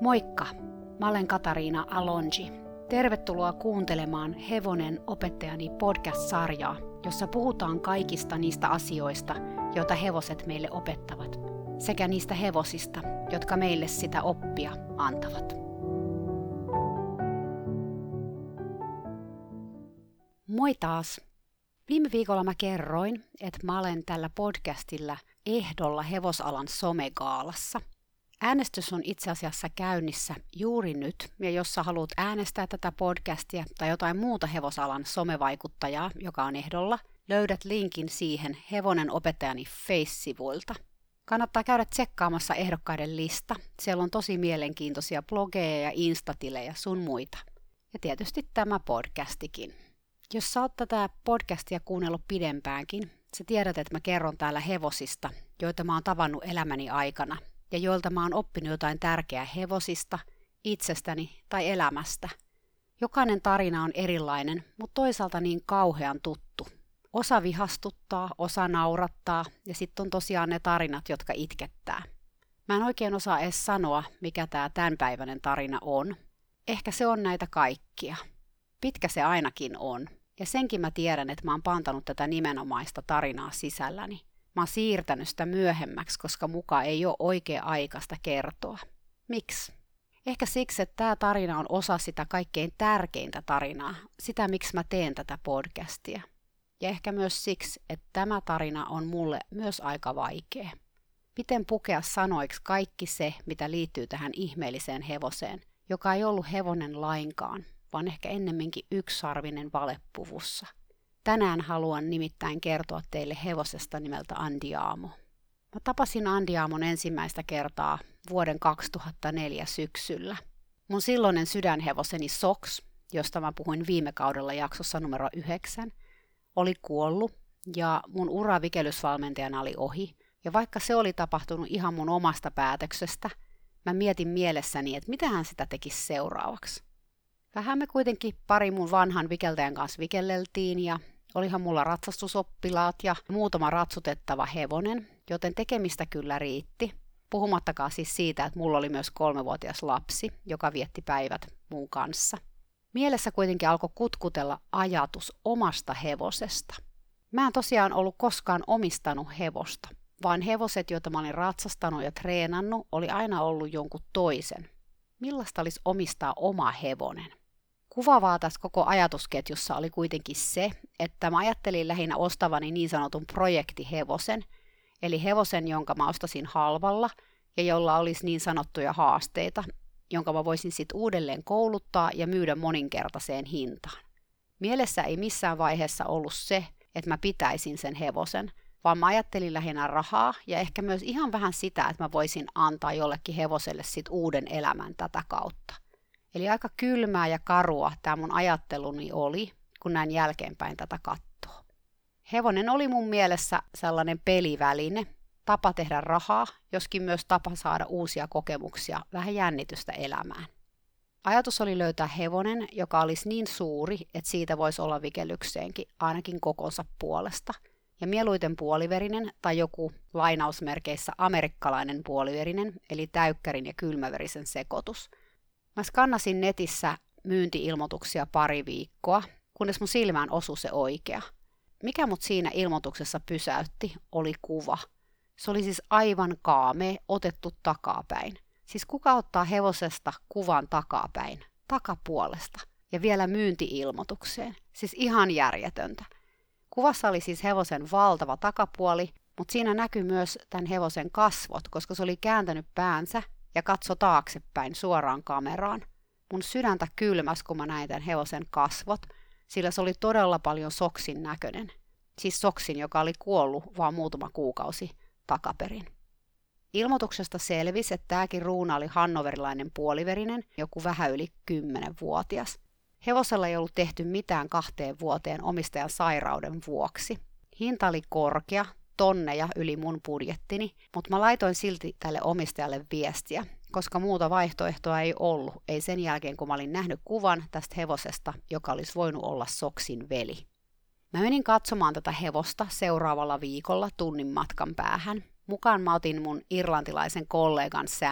Moikka! Mä olen Katariina Alonji. Tervetuloa kuuntelemaan Hevonen opettajani podcast-sarjaa, jossa puhutaan kaikista niistä asioista, joita hevoset meille opettavat, sekä niistä hevosista, jotka meille sitä oppia antavat. Moi taas! Viime viikolla mä kerroin, että mä olen tällä podcastilla ehdolla hevosalan somegaalassa. Äänestys on itse asiassa käynnissä juuri nyt, ja jos sä haluat äänestää tätä podcastia tai jotain muuta hevosalan somevaikuttajaa, joka on ehdolla, löydät linkin siihen Hevonen opettajani Face-sivuilta. Kannattaa käydä tsekkaamassa ehdokkaiden lista. Siellä on tosi mielenkiintoisia blogeja ja instatilejä sun muita. Ja tietysti tämä podcastikin. Jos sä oot tätä podcastia kuunnellut pidempäänkin, sä tiedät, että mä kerron täällä hevosista, joita mä oon tavannut elämäni aikana, ja joilta mä oon oppinut jotain tärkeää hevosista, itsestäni tai elämästä. Jokainen tarina on erilainen, mutta toisaalta niin kauhean tuttu. Osa vihastuttaa, osa naurattaa, ja sitten on tosiaan ne tarinat, jotka itkettää. Mä en oikein osaa edes sanoa, mikä tää tämänpäiväinen tarina on. Ehkä se on näitä kaikkia. Pitkä se ainakin on. Ja senkin mä tiedän, että mä oon pantanut tätä nimenomaista tarinaa sisälläni. Mä oon siirtänyt sitä myöhemmäksi, koska muka ei ole oikea aikaista kertoa. Miksi? Ehkä siksi, että tämä tarina on osa sitä kaikkein tärkeintä tarinaa, sitä miksi mä teen tätä podcastia. Ja ehkä myös siksi, että tämä tarina on mulle myös aika vaikea. Miten pukea sanoiksi kaikki se, mitä liittyy tähän ihmeelliseen hevoseen, joka ei ollut hevonen lainkaan, vaan ehkä ennemminkin yksisarvinen valepuvussa. Tänään haluan nimittäin kertoa teille hevosesta nimeltä Andiamo. Mä tapasin Andiamon ensimmäistä kertaa vuoden 2004 syksyllä. Mun silloinen sydänhevoseni Sox, josta mä puhuin viime kaudella jaksossa numero 9, oli kuollut ja mun ura vikelysvalmentajana oli ohi. Ja vaikka se oli tapahtunut ihan mun omasta päätöksestä, mä mietin mielessäni, että mitähän sitä tekisi seuraavaksi. Vähän me kuitenkin pari mun vanhan vikeltäjän kanssa vikelleltiin ja olihan mulla ratsastusoppilaat ja muutama ratsutettava hevonen, joten tekemistä kyllä riitti. Puhumattakaan siis siitä, että mulla oli myös 3-vuotias lapsi, joka vietti päivät mun kanssa. Mielessä kuitenkin alkoi kutkutella ajatus omasta hevosesta. Mä en tosiaan ollut koskaan omistanut hevosta, vaan hevoset, joita mä olin ratsastanut ja treenannut, oli aina ollut jonkun toisen. Millaista olisi omistaa oma hevonen? Kuvaavaa tässä koko ajatusketjussa oli kuitenkin se, että mä ajattelin lähinnä ostavani niin sanotun projektihevosen, eli hevosen, jonka mä ostasin halvalla ja jolla olisi niin sanottuja haasteita, jonka mä voisin sitten uudelleen kouluttaa ja myydä moninkertaiseen hintaan. Mielessä ei missään vaiheessa ollut se, että mä pitäisin sen hevosen, vaan mä ajattelin lähinnä rahaa ja ehkä myös ihan vähän sitä, että mä voisin antaa jollekin hevoselle sit uuden elämän tätä kautta. Eli aika kylmää ja karua tämä mun ajatteluni oli, kun näin jälkeenpäin tätä katsoo. Hevonen oli mun mielessä sellainen peliväline, tapa tehdä rahaa, joskin myös tapa saada uusia kokemuksia, vähän jännitystä elämään. Ajatus oli löytää hevonen, joka olisi niin suuri, että siitä voisi olla vikellykseenkin ainakin kokonsa puolesta. Ja mieluiten puoliverinen tai joku lainausmerkeissä amerikkalainen puoliverinen, eli täykkärin ja kylmäverisen sekoitus. Mä skannasin netissä myynti-ilmoituksia pari viikkoa, kunnes mun silmään osui se oikea. Mikä mut siinä ilmoituksessa pysäytti, oli kuva. Se oli siis aivan kaamea, otettu takapäin. Siis kuka ottaa hevosesta kuvan takapäin, takapuolesta, ja vielä myynti-ilmoitukseen. Siis ihan järjetöntä. Kuvassa oli siis hevosen valtava takapuoli, mutta siinä näkyi myös tämän hevosen kasvot, koska se oli kääntänyt päänsä ja katsoi taaksepäin suoraan kameraan. Mun sydäntä kylmäs, kun mä näin tämän hevosen kasvot, sillä se oli todella paljon Soxin näköinen. Siis Soxin, joka oli kuollut vaan muutama kuukausi takaperin. Ilmoituksesta selvisi, että tämäkin ruuna oli hannoverilainen puoliverinen, joku vähän yli 10-vuotias. Hevosella ei ollut tehty mitään 2 vuoteen omistajan sairauden vuoksi. Hinta oli korkea, tonneja yli mun budjettini, mutta mä laitoin silti tälle omistajalle viestiä, koska muuta vaihtoehtoa ei ollut, ei sen jälkeen kun mä olin nähnyt kuvan tästä hevosesta, joka olisi voinut olla Soxin veli. Mä menin katsomaan tätä hevosta seuraavalla viikolla tunnin matkan päähän. Mukaan mä otin mun irlantilaisen kollegan Samin,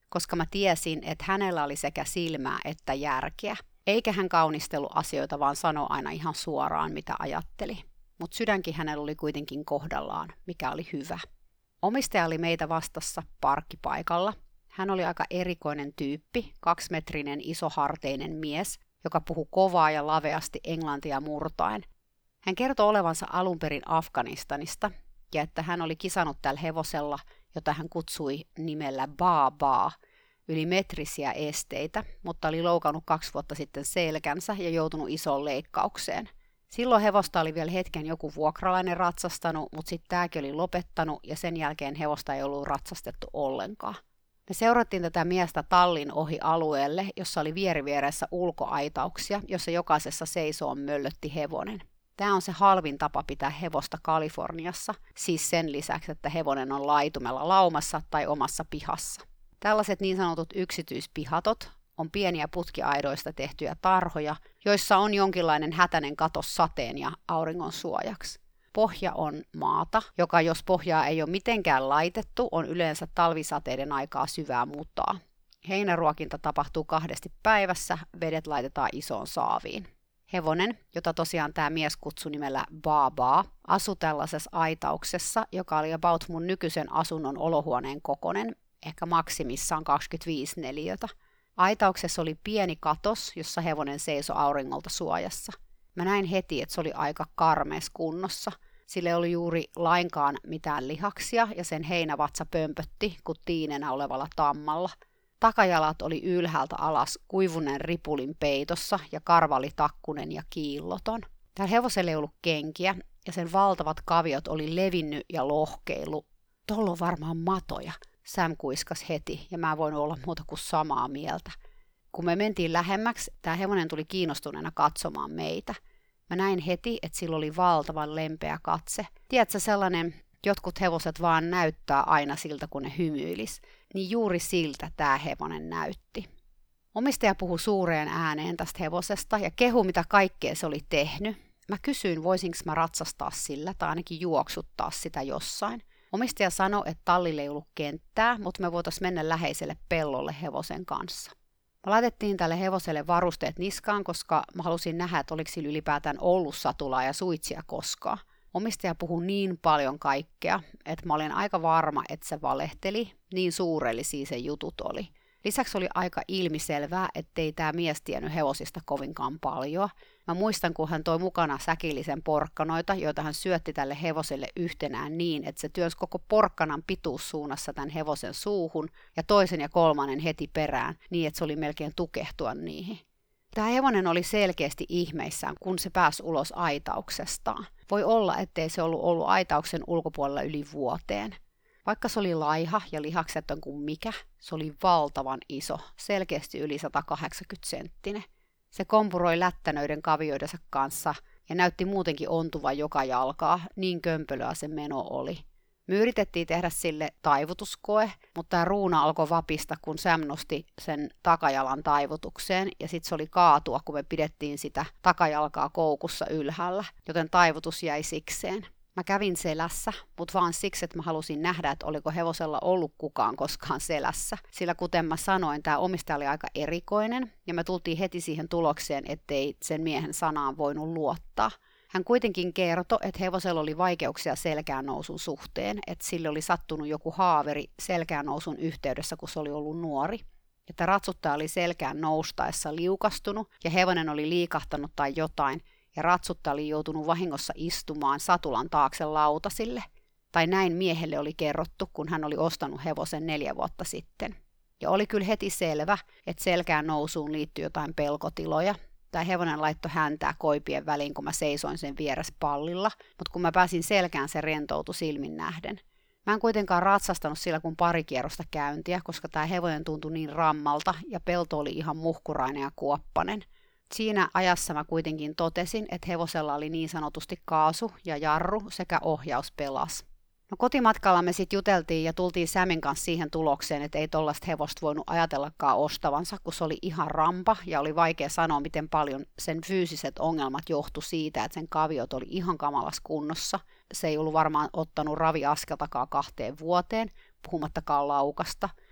koska mä tiesin, että hänellä oli sekä silmää että järkeä. Eikä hän kaunistellut asioita, vaan sanoi aina ihan suoraan, mitä ajatteli. Mutta sydänkin hänellä oli kuitenkin kohdallaan, mikä oli hyvä. Omistaja oli meitä vastassa parkkipaikalla. Hän oli aika erikoinen tyyppi, 2-metrinen isoharteinen mies, joka puhui kovaa ja laveasti englantia murtaen. Hän kertoi olevansa alun perin Afganistanista ja että hän oli kisannut tällä hevosella, jota hän kutsui nimellä Baa, yli metrisiä esteitä, mutta oli loukannut 2 vuotta sitten selkänsä ja joutunut isoon leikkaukseen. Silloin hevosta oli vielä hetken joku vuokralainen ratsastanut, mutta sitten tämäkin oli lopettanut ja sen jälkeen hevosta ei ollut ratsastettu ollenkaan. Me seurattiin tätä miestä tallin ohi alueelle, jossa oli vierivieressä ulkoaitauksia, jossa jokaisessa seisoon möllötti hevonen. Tämä on se halvin tapa pitää hevosta Kaliforniassa, siis sen lisäksi, että hevonen on laitumella laumassa tai omassa pihassa. Tällaiset niin sanotut yksityispihatot on pieniä putkiaidoista tehtyjä tarhoja, joissa on jonkinlainen hätäinen katos sateen ja auringon suojaksi. Pohja on maata, joka jos pohjaa ei ole mitenkään laitettu, on yleensä talvisateiden aikaa syvää mutaa. Heinäruokinta tapahtuu 2 päivässä, vedet laitetaan isoon saaviin. Hevonen, jota tosiaan tämä mies kutsui nimellä Baa, asui tällaisessa aitauksessa, joka oli about mun nykyisen asunnon olohuoneen kokoinen, ehkä maksimissaan 25 neliötä. Aitauksessa oli pieni katos, jossa hevonen seisoi auringolta suojassa. Mä näin heti, että se oli aika karmeessa kunnossa. Sillä ei ollut juuri lainkaan mitään lihaksia ja sen heinävatsa pömpötti kuin tiinenä olevalla tammalla. Takajalat oli ylhäältä alas kuivuneen ripulin peitossa ja karva oli takkunen ja kiilloton. Täällä hevosella ei ollut kenkiä ja sen valtavat kaviot oli levinnyt ja lohkeillut. Tuolla on varmaan matoja, Sam kuiskas heti ja mä en voinut olla muuta kuin samaa mieltä. Kun me mentiin lähemmäksi, tämä hevonen tuli kiinnostuneena katsomaan meitä. Mä näin heti, että sillä oli valtavan lempeä katse. Tiedätkö sellainen, jotkut hevoset vaan näyttää aina siltä, kun ne hymyilis. Niin juuri siltä tämä hevonen näytti. Omistaja puhui suureen ääneen tästä hevosesta ja kehui, mitä kaikkea se oli tehnyt. Mä kysyin, voisinko mä ratsastaa sillä tai ainakin juoksuttaa sitä jossain. Omistaja sanoi, että tallille ei ollut kenttää, mutta me voitaisiin mennä läheiselle pellolle hevosen kanssa. Me laitettiin tälle hevoselle varusteet niskaan, koska mä halusin nähdä, että oliko sillä ylipäätään ollut satulaa ja suitsia koskaan. Omistaja puhui niin paljon kaikkea, että mä olin aika varma, että se valehteli, niin suurellisia se jutut oli. Lisäksi oli aika ilmiselvää, ettei tämä mies tiennyt hevosista kovinkaan paljon. Mä muistan, kun hän toi mukana säkillisen porkkanoita, joita hän syötti tälle hevoselle yhtenään niin, että se työnsi koko porkkanan pituussuunnassa tämän hevosen suuhun ja toisen ja kolmannen heti perään, niin että se oli melkein tukehtua niihin. Tämä hevonen oli selkeästi ihmeissään, kun se pääsi ulos aitauksestaan. Voi olla, ettei se ollut aitauksen ulkopuolella yli vuoteen. Vaikka se oli laiha ja lihakseton kuin mikä, se oli valtavan iso, selkeästi yli 180 senttinen. Se kompuroi lättänöiden kavioidensa kanssa ja näytti muutenkin ontuvan joka jalkaa, niin kömpelöä se meno oli. Me yritettiin tehdä sille taivutuskoe, mutta tämä ruuna alkoi vapista, kun Sam nosti sen takajalan taivutukseen ja sitten se oli kaatua, kun me pidettiin sitä takajalkaa koukussa ylhäällä, joten taivutus jäi sikseen. Mä kävin selässä, mutta vaan siksi, että mä halusin nähdä, että oliko hevosella ollut kukaan koskaan selässä. Sillä kuten mä sanoin, tämä omistaja oli aika erikoinen ja me tultiin heti siihen tulokseen, ettei sen miehen sanaan voinut luottaa. Hän kuitenkin kertoi, että hevosella oli vaikeuksia selkään nousun suhteen, että sille oli sattunut joku haaveri selkään nousun yhteydessä, kun se oli ollut nuori. Että ratsuttaja oli selkään noustaessa liukastunut ja hevonen oli liikahtanut tai jotain, ja ratsuttaja oli joutunut vahingossa istumaan satulan taakse lautasille. Tai näin miehelle oli kerrottu, kun hän oli ostanut hevosen 4 vuotta sitten. Ja oli kyllä heti selvä, että selkään nousuun liittyi jotain pelkotiloja. Tämä hevonen laittoi häntää koipien väliin, kun mä seisoin sen vieressä pallilla, mutta kun mä pääsin selkään, se rentoutui silmin nähden. Mä en kuitenkaan ratsastanut sillä kuin 2 kierrosta käyntiä, koska tämä hevonen tuntui niin rammalta ja pelto oli ihan muhkurainen ja kuoppanen. Siinä ajassa mä kuitenkin totesin, että hevosella oli niin sanotusti kaasu ja jarru sekä ohjaus pelas. No kotimatkalla me sitten juteltiin ja tultiin Samin kanssa siihen tulokseen, että ei tollaista hevosta voinut ajatellakaan ostavansa, kun se oli ihan rampa ja oli vaikea sanoa, miten paljon sen fyysiset ongelmat johtu siitä, että sen kaviot oli ihan kamalassa kunnossa. Se ei ollut varmaan ottanut raviaskeltakaan 2 vuoteen, puhumattakaan laukasta.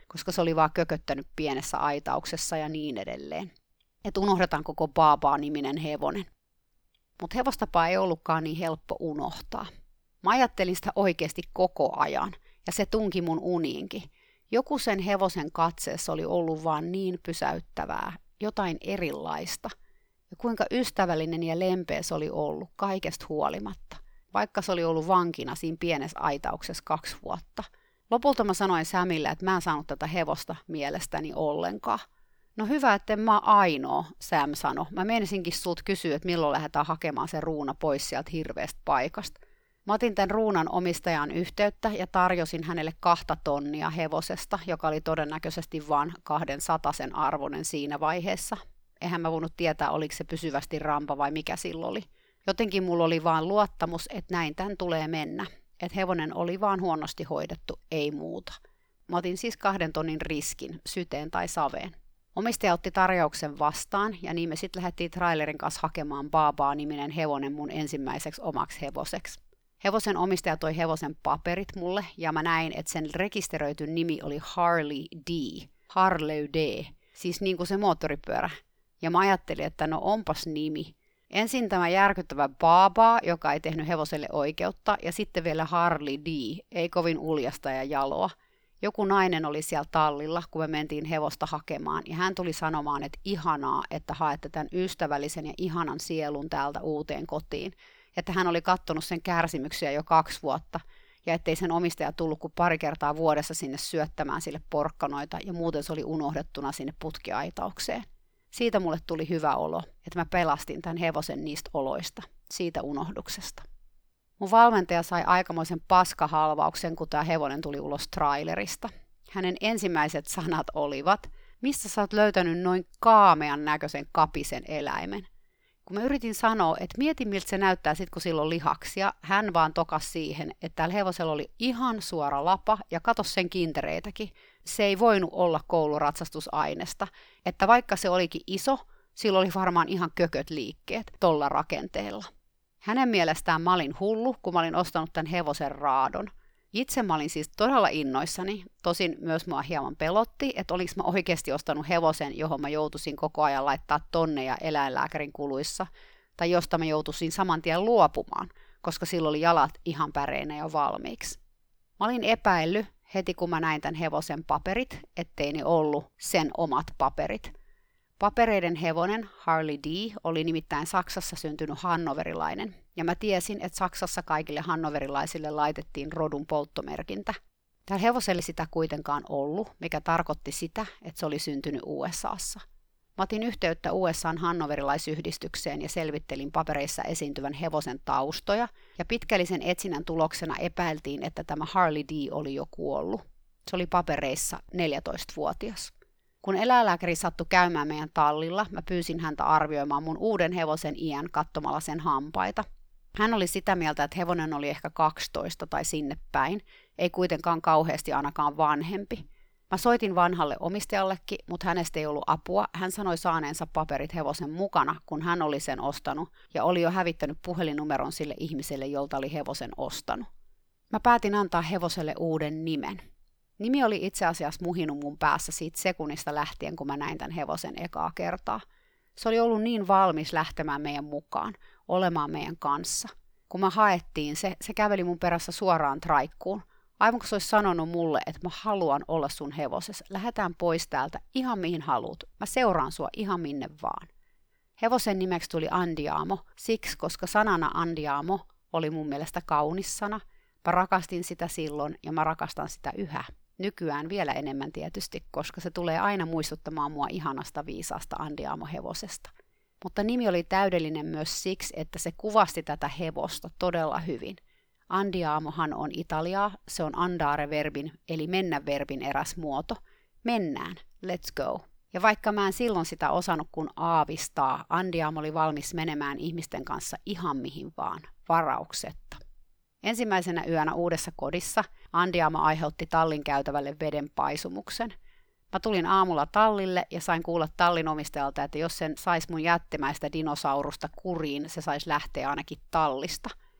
koska se oli vaan kököttänyt pienessä aitauksessa ja niin edelleen. Että unohdetaan koko Baba-niminen hevonen. Mutta hevostapaa ei ollutkaan niin helppo unohtaa. Mä ajattelin sitä oikeasti koko ajan, ja se tunki mun uniinkin. Joku sen hevosen katseessa oli ollut vaan niin pysäyttävää, jotain erilaista. Ja kuinka ystävällinen ja lempeä se oli ollut kaikesta huolimatta, vaikka se oli ollut vankina siinä pienessä aitauksessa 2 vuotta. Lopulta mä sanoin Samille, että mä en saanut tätä hevosta mielestäni ollenkaan. No hyvä, että en mä ainoa, Sam sanoi. Mä menisinkin sulta kysyä, että milloin lähdetään hakemaan se ruuna pois sieltä hirveästä paikasta. Mä otin tämän ruunan omistajan yhteyttä ja tarjosin hänelle 2 tonnia hevosesta, joka oli todennäköisesti vain 200 arvoinen siinä vaiheessa. Eihän mä voinut tietää, oliko se pysyvästi rampa vai mikä silloin oli. Jotenkin mulla oli vaan luottamus, että näin tän tulee mennä. Että hevonen oli vaan huonosti hoidettu, ei muuta. Mä otin siis 2 tonnin riskin, syteen tai saveen. Omistaja otti tarjouksen vastaan ja niin me sitten lähdettiin trailerin kanssa hakemaan Baba-niminen hevonen mun ensimmäiseksi omaksi hevoseksi. Hevosen omistaja toi hevosen paperit mulle ja mä näin, että sen rekisteröity nimi oli Harley D. Harley D. Siis niin kuin se moottoripyörä. Ja mä ajattelin, että no onpas nimi. Ensin tämä järkyttävä Baba, joka ei tehnyt hevoselle oikeutta, ja sitten vielä Harley D. Ei kovin uljasta ja jaloa. Joku nainen oli siellä tallilla, kun me mentiin hevosta hakemaan, ja hän tuli sanomaan, että ihanaa, että haette tämän ystävällisen ja ihanan sielun täältä uuteen kotiin. Että hän oli kattonut sen kärsimyksiä jo 2 vuotta, ja ettei sen omistaja tullut kuin 2 kertaa vuodessa sinne syöttämään sille porkkanoita, ja muuten se oli unohdettuna sinne putkiaitaukseen. Siitä mulle tuli hyvä olo, että mä pelastin tämän hevosen niistä oloista, siitä unohduksesta. Mun valmentaja sai aikamoisen paskahalvauksen, kun tämä hevonen tuli ulos trailerista. Hänen ensimmäiset sanat olivat, missä sä oot löytänyt noin kaamean näköisen kapisen eläimen. Kun mä yritin sanoa, että mieti miltä se näyttää sit kun sillä on lihaksia, hän vaan tokas siihen, että täällä hevosella oli ihan suora lapa ja kato sen kintereitäkin. Se ei voinut olla kouluratsastusainesta, että vaikka se olikin iso, sillä oli varmaan ihan kököt liikkeet tolla rakenteella. Hänen mielestään mä olin hullu, kun mä olin ostanut tämän hevosen raadon. Itse mä olin siis todella innoissani, tosin myös mua hieman pelotti, että olinko mä oikeasti ostanut hevosen, johon mä joutuisin koko ajan laittaa tonneja eläinlääkärin kuluissa, tai josta mä joutuisin saman tien luopumaan, koska silloin oli jalat ihan päreinä jo valmiiksi. Mä olin epäillyt heti kun mä näin tämän hevosen paperit, ettei ne ollut sen omat paperit. Papereiden hevonen Harley D oli nimittäin Saksassa syntynyt hannoverilainen, ja mä tiesin, että Saksassa kaikille hannoverilaisille laitettiin rodun polttomerkintä. Tällä hevosella sitä kuitenkaan ollut, mikä tarkoitti sitä, että se oli syntynyt USAssa. Mä otin yhteyttä USA:n hannoverilaisyhdistykseen ja selvittelin papereissa esiintyvän hevosen taustoja, ja pitkällisen etsinnän tuloksena epäiltiin, että tämä Harley D oli jo kuollut. Se oli papereissa 14-vuotias. Kun eläinlääkäri sattui käymään meidän tallilla, mä pyysin häntä arvioimaan mun uuden hevosen iän katsomalla sen hampaita. Hän oli sitä mieltä, että hevonen oli ehkä 12 tai sinne päin, ei kuitenkaan kauheasti ainakaan vanhempi. Mä soitin vanhalle omistajallekin, mutta hänestä ei ollut apua. Hän sanoi saaneensa paperit hevosen mukana, kun hän oli sen ostanut, ja oli jo hävittänyt puhelinnumeron sille ihmiselle, jolta oli hevosen ostanut. Mä päätin antaa hevoselle uuden nimen. Nimi oli itse asiassa muhinut mun päässä siitä sekunnista lähtien, kun mä näin tämän hevosen ekaa kertaa. Se oli ollut niin valmis lähtemään meidän mukaan, olemaan meidän kanssa. Kun mä haettiin, se käveli mun perässä suoraan traikkuun. Aivan kun se olisi sanonut mulle, että mä haluan olla sun hevosessa. Lähdetään pois täältä ihan mihin haluut. Mä seuraan sua ihan minne vaan. Hevosen nimeksi tuli Andiamo, siksi koska sanana Andiamo oli mun mielestä kaunis sana. Mä rakastin sitä silloin ja mä rakastan sitä yhä. Nykyään vielä enemmän tietysti, koska se tulee aina muistuttamaan mua ihanasta viisaasta Andiamo-hevosesta. Mutta nimi oli täydellinen myös siksi, että se kuvasti tätä hevosta todella hyvin. Andiamohan on italiaa, se on andare-verbin eli mennä-verbin eräs muoto. Mennään, let's go. Ja vaikka mä en silloin sitä osannut kun aavistaa, Andiamo oli valmis menemään ihmisten kanssa ihan mihin vaan, varauksetta. Ensimmäisenä yönä uudessa kodissa Andiamo aiheutti tallin käytävälle veden paisumuksen. Mä tulin aamulla tallille ja sain kuulla tallin omistajalta, että jos sen sais mun jättimäistä dinosaurusta kuriin, se saisi lähteä ainakin tallista.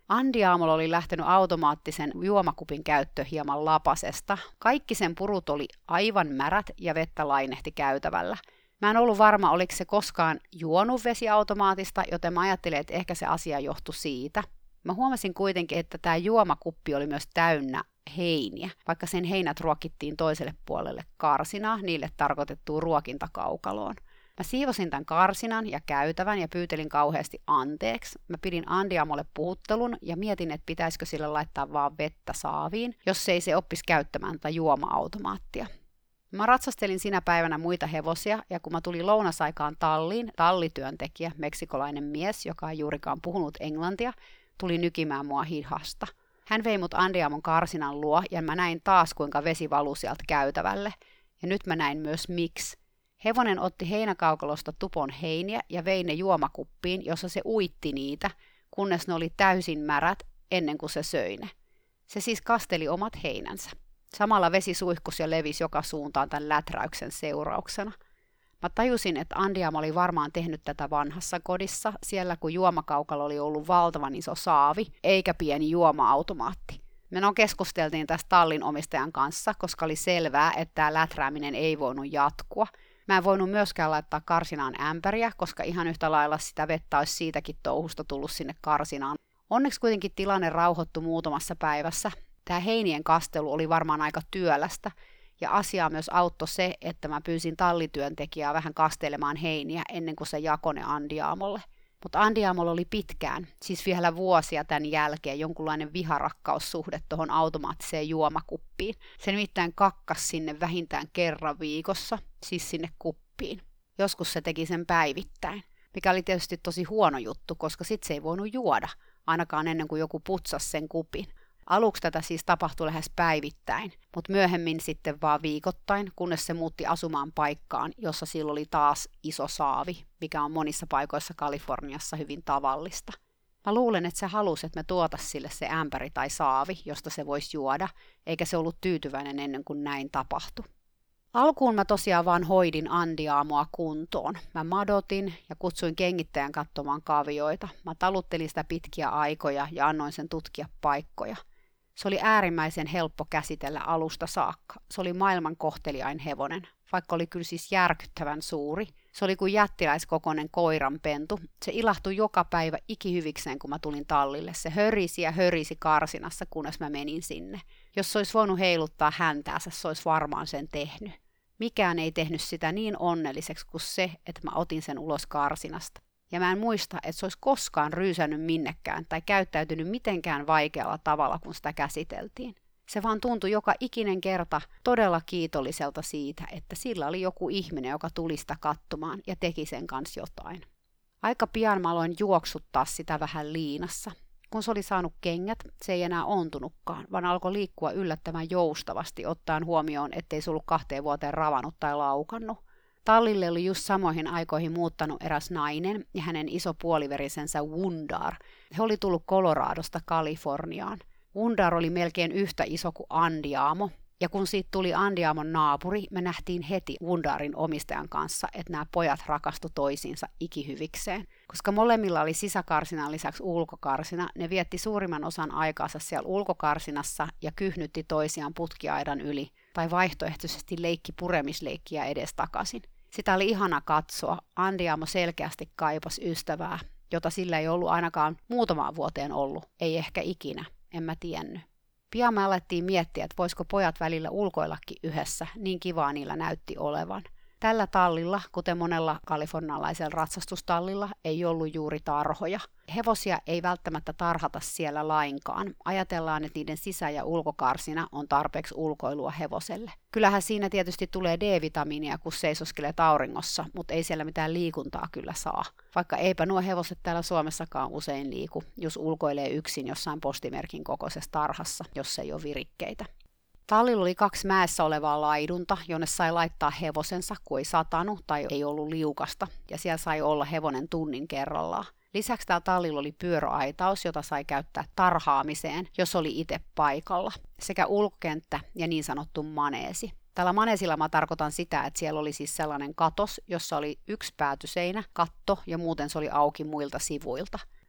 Andiamolla oli lähtenyt automaattisen juomakupin käyttö hieman lapasesta. Kaikki sen purut oli aivan märät ja vettä lainehti käytävällä. Mä en ollut varma, oliko se koskaan juonut vesiautomaatista, joten mä ajattelin, että ehkä se asia johtui siitä. Mä huomasin kuitenkin, että tämä juomakuppi oli myös täynnä heiniä, vaikka sen heinät ruokittiin toiselle puolelle karsinaa, niille tarkoitettuun ruokintakaukaloon. Mä siivosin tämän karsinan ja käytävän ja pyytelin kauheasti anteeksi. Mä pidin Andiamolle puhuttelun ja mietin, että pitäisikö sille laittaa vaan vettä saaviin, jos ei se oppisi käyttämään tätä juoma-automaattia. Mä ratsastelin sinä päivänä muita hevosia ja kun mä tulin lounasaikaan talliin, tallityöntekijä, meksikolainen mies, joka ei juurikaan puhunut englantia, tuli nykimään mua hihasta. Hän vei mut Andiamon karsinan luo ja mä näin taas kuinka vesi valui sieltä käytävälle. Ja nyt mä näin myös miksi. Hevonen otti heinäkaukalosta tupon heiniä ja vei ne juomakuppiin, jossa se uitti niitä, kunnes ne oli täysin märät ennen kuin se söi ne. Se siis kasteli omat heinänsä. Samalla vesi suihkus ja levisi joka suuntaan tämän läträyksen seurauksena. Mä tajusin, että Andiamo oli varmaan tehnyt tätä vanhassa kodissa, siellä kun juomakaukalo oli ollut valtavan iso saavi, eikä pieni juoma-automaatti. Me keskusteltiin tästä tallin omistajan kanssa, koska oli selvää, että tämä läträäminen ei voinut jatkua. Mä en voinut myöskään laittaa karsinaan ämpäriä, koska ihan yhtä lailla sitä vettä olisi siitäkin touhusta tullut sinne karsinaan. Onneksi kuitenkin tilanne rauhoittui muutamassa päivässä. Tämä heinien kastelu oli varmaan aika työlästä, ja asiaa myös auttoi se, että mä pyysin tallityöntekijää vähän kastelemaan heiniä ennen kuin se jakoi ne Andiamolle. Mutta Andiamolla oli pitkään, siis vielä vuosia tämän jälkeen, jonkunlainen viharakkaussuhde tuohon automaattiseen juomakuppiin. Se nimittäin kakkas sinne vähintään kerran viikossa, siis sinne kuppiin. Joskus se teki sen päivittäin, mikä oli tietysti tosi huono juttu, koska sit se ei voinut juoda, ainakaan ennen kuin joku putsasi sen kupin. Aluksi tätä siis tapahtui lähes päivittäin, mutta myöhemmin sitten vaan viikoittain, kunnes se muutti asumaan paikkaan, jossa sillä oli taas iso saavi, mikä on monissa paikoissa Kaliforniassa hyvin tavallista. Mä luulen, että se halusi, että me tuotais sille se ämpäri tai saavi, josta se voisi juoda, eikä se ollut tyytyväinen ennen kuin näin tapahtui. Alkuun mä tosiaan vaan hoidin Andiamoa kuntoon. Mä madotin ja kutsuin kengittäjän katsomaan kavioita. Mä taluttelin sitä pitkiä aikoja ja annoin sen tutkia paikkoja. Se oli äärimmäisen helppo käsitellä alusta saakka. Se oli maailman kohteliain hevonen, vaikka oli kyllä siis järkyttävän suuri. Se oli kuin jättiläiskokoinen koiranpentu. Se ilahtui joka päivä ikihyvikseen, kun mä tulin tallille. Se hörisi ja hörisi karsinassa, kunnes mä menin sinne. Jos se olisi voinut heiluttaa häntäänsä, se olisi varmaan sen tehnyt. Mikään ei tehnyt sitä niin onnelliseksi kuin se, että mä otin sen ulos karsinasta. Ja mä en muista, että se olisi koskaan ryysännyt minnekään tai käyttäytynyt mitenkään vaikealla tavalla, kun sitä käsiteltiin. Se vaan tuntui joka ikinen kerta todella kiitolliselta siitä, että sillä oli joku ihminen, joka tuli sitä katsomaan ja teki sen kanssa jotain. Aika pian mä aloin juoksuttaa sitä vähän liinassa. Kun se oli saanut kengät, se ei enää ontunutkaan, vaan alkoi liikkua yllättävän joustavasti, ottaen huomioon, ettei se ollut 2 vuoteen ravannut tai laukannut. Tallille oli just samoihin aikoihin muuttanut eräs nainen ja hänen iso puoliverisensä Wundar. He oli tullut Coloradosta Kaliforniaan. Wundar oli melkein yhtä iso kuin Andiamo, ja kun siitä tuli Andiamon naapuri, me nähtiin heti Wundarin omistajan kanssa, että nämä pojat rakastu toisiinsa ikihyvikseen. Koska molemmilla oli sisäkarsinan lisäksi ulkokarsina, ne vietti suurimman osan aikaansa siellä ulkokarsinassa ja kyhnytti toisiaan putkiaidan yli, tai vaihtoehtoisesti leikki puremisleikkiä edestakaisin. Sitä oli ihana katsoa. Andiamo selkeästi kaipasi ystävää, jota sillä ei ollut ainakaan muutamaan vuoteen ollut, ei ehkä ikinä, en mä tiennyt. Pian me alettiin miettiä, että voisiko pojat välillä ulkoillakin yhdessä, niin kivaa niillä näytti olevan. Tällä tallilla, kuten monella kalifornialaisella ratsastustallilla, ei ollut juuri tarhoja. Hevosia ei välttämättä tarhata siellä lainkaan. Ajatellaan, että niiden sisä- ja ulkokarsina on tarpeeksi ulkoilua hevoselle. Kyllähän siinä tietysti tulee D-vitamiinia, kun seisoskelet auringossa, mutta ei siellä mitään liikuntaa kyllä saa. Vaikka eipä nuo hevoset täällä Suomessakaan usein liiku, jos ulkoilee yksin jossain postimerkin kokoisessa tarhassa, jos ei ole virikkeitä. Tallilla oli 2 mäessä olevaa laidunta, jonne sai laittaa hevosensa, kun ei satanut tai ei ollut liukasta, ja siellä sai olla hevonen tunnin kerrallaan. Lisäksi täällä tallilla oli pyöröaitaus, jota sai käyttää tarhaamiseen, jos oli itse paikalla, sekä ulkokenttä ja niin sanottu maneesi. Tällä maneesilla mä tarkoitan sitä, että siellä oli siis sellainen katos, jossa oli 1 päätyseinä, katto ja muuten se oli auki muilta sivuilta.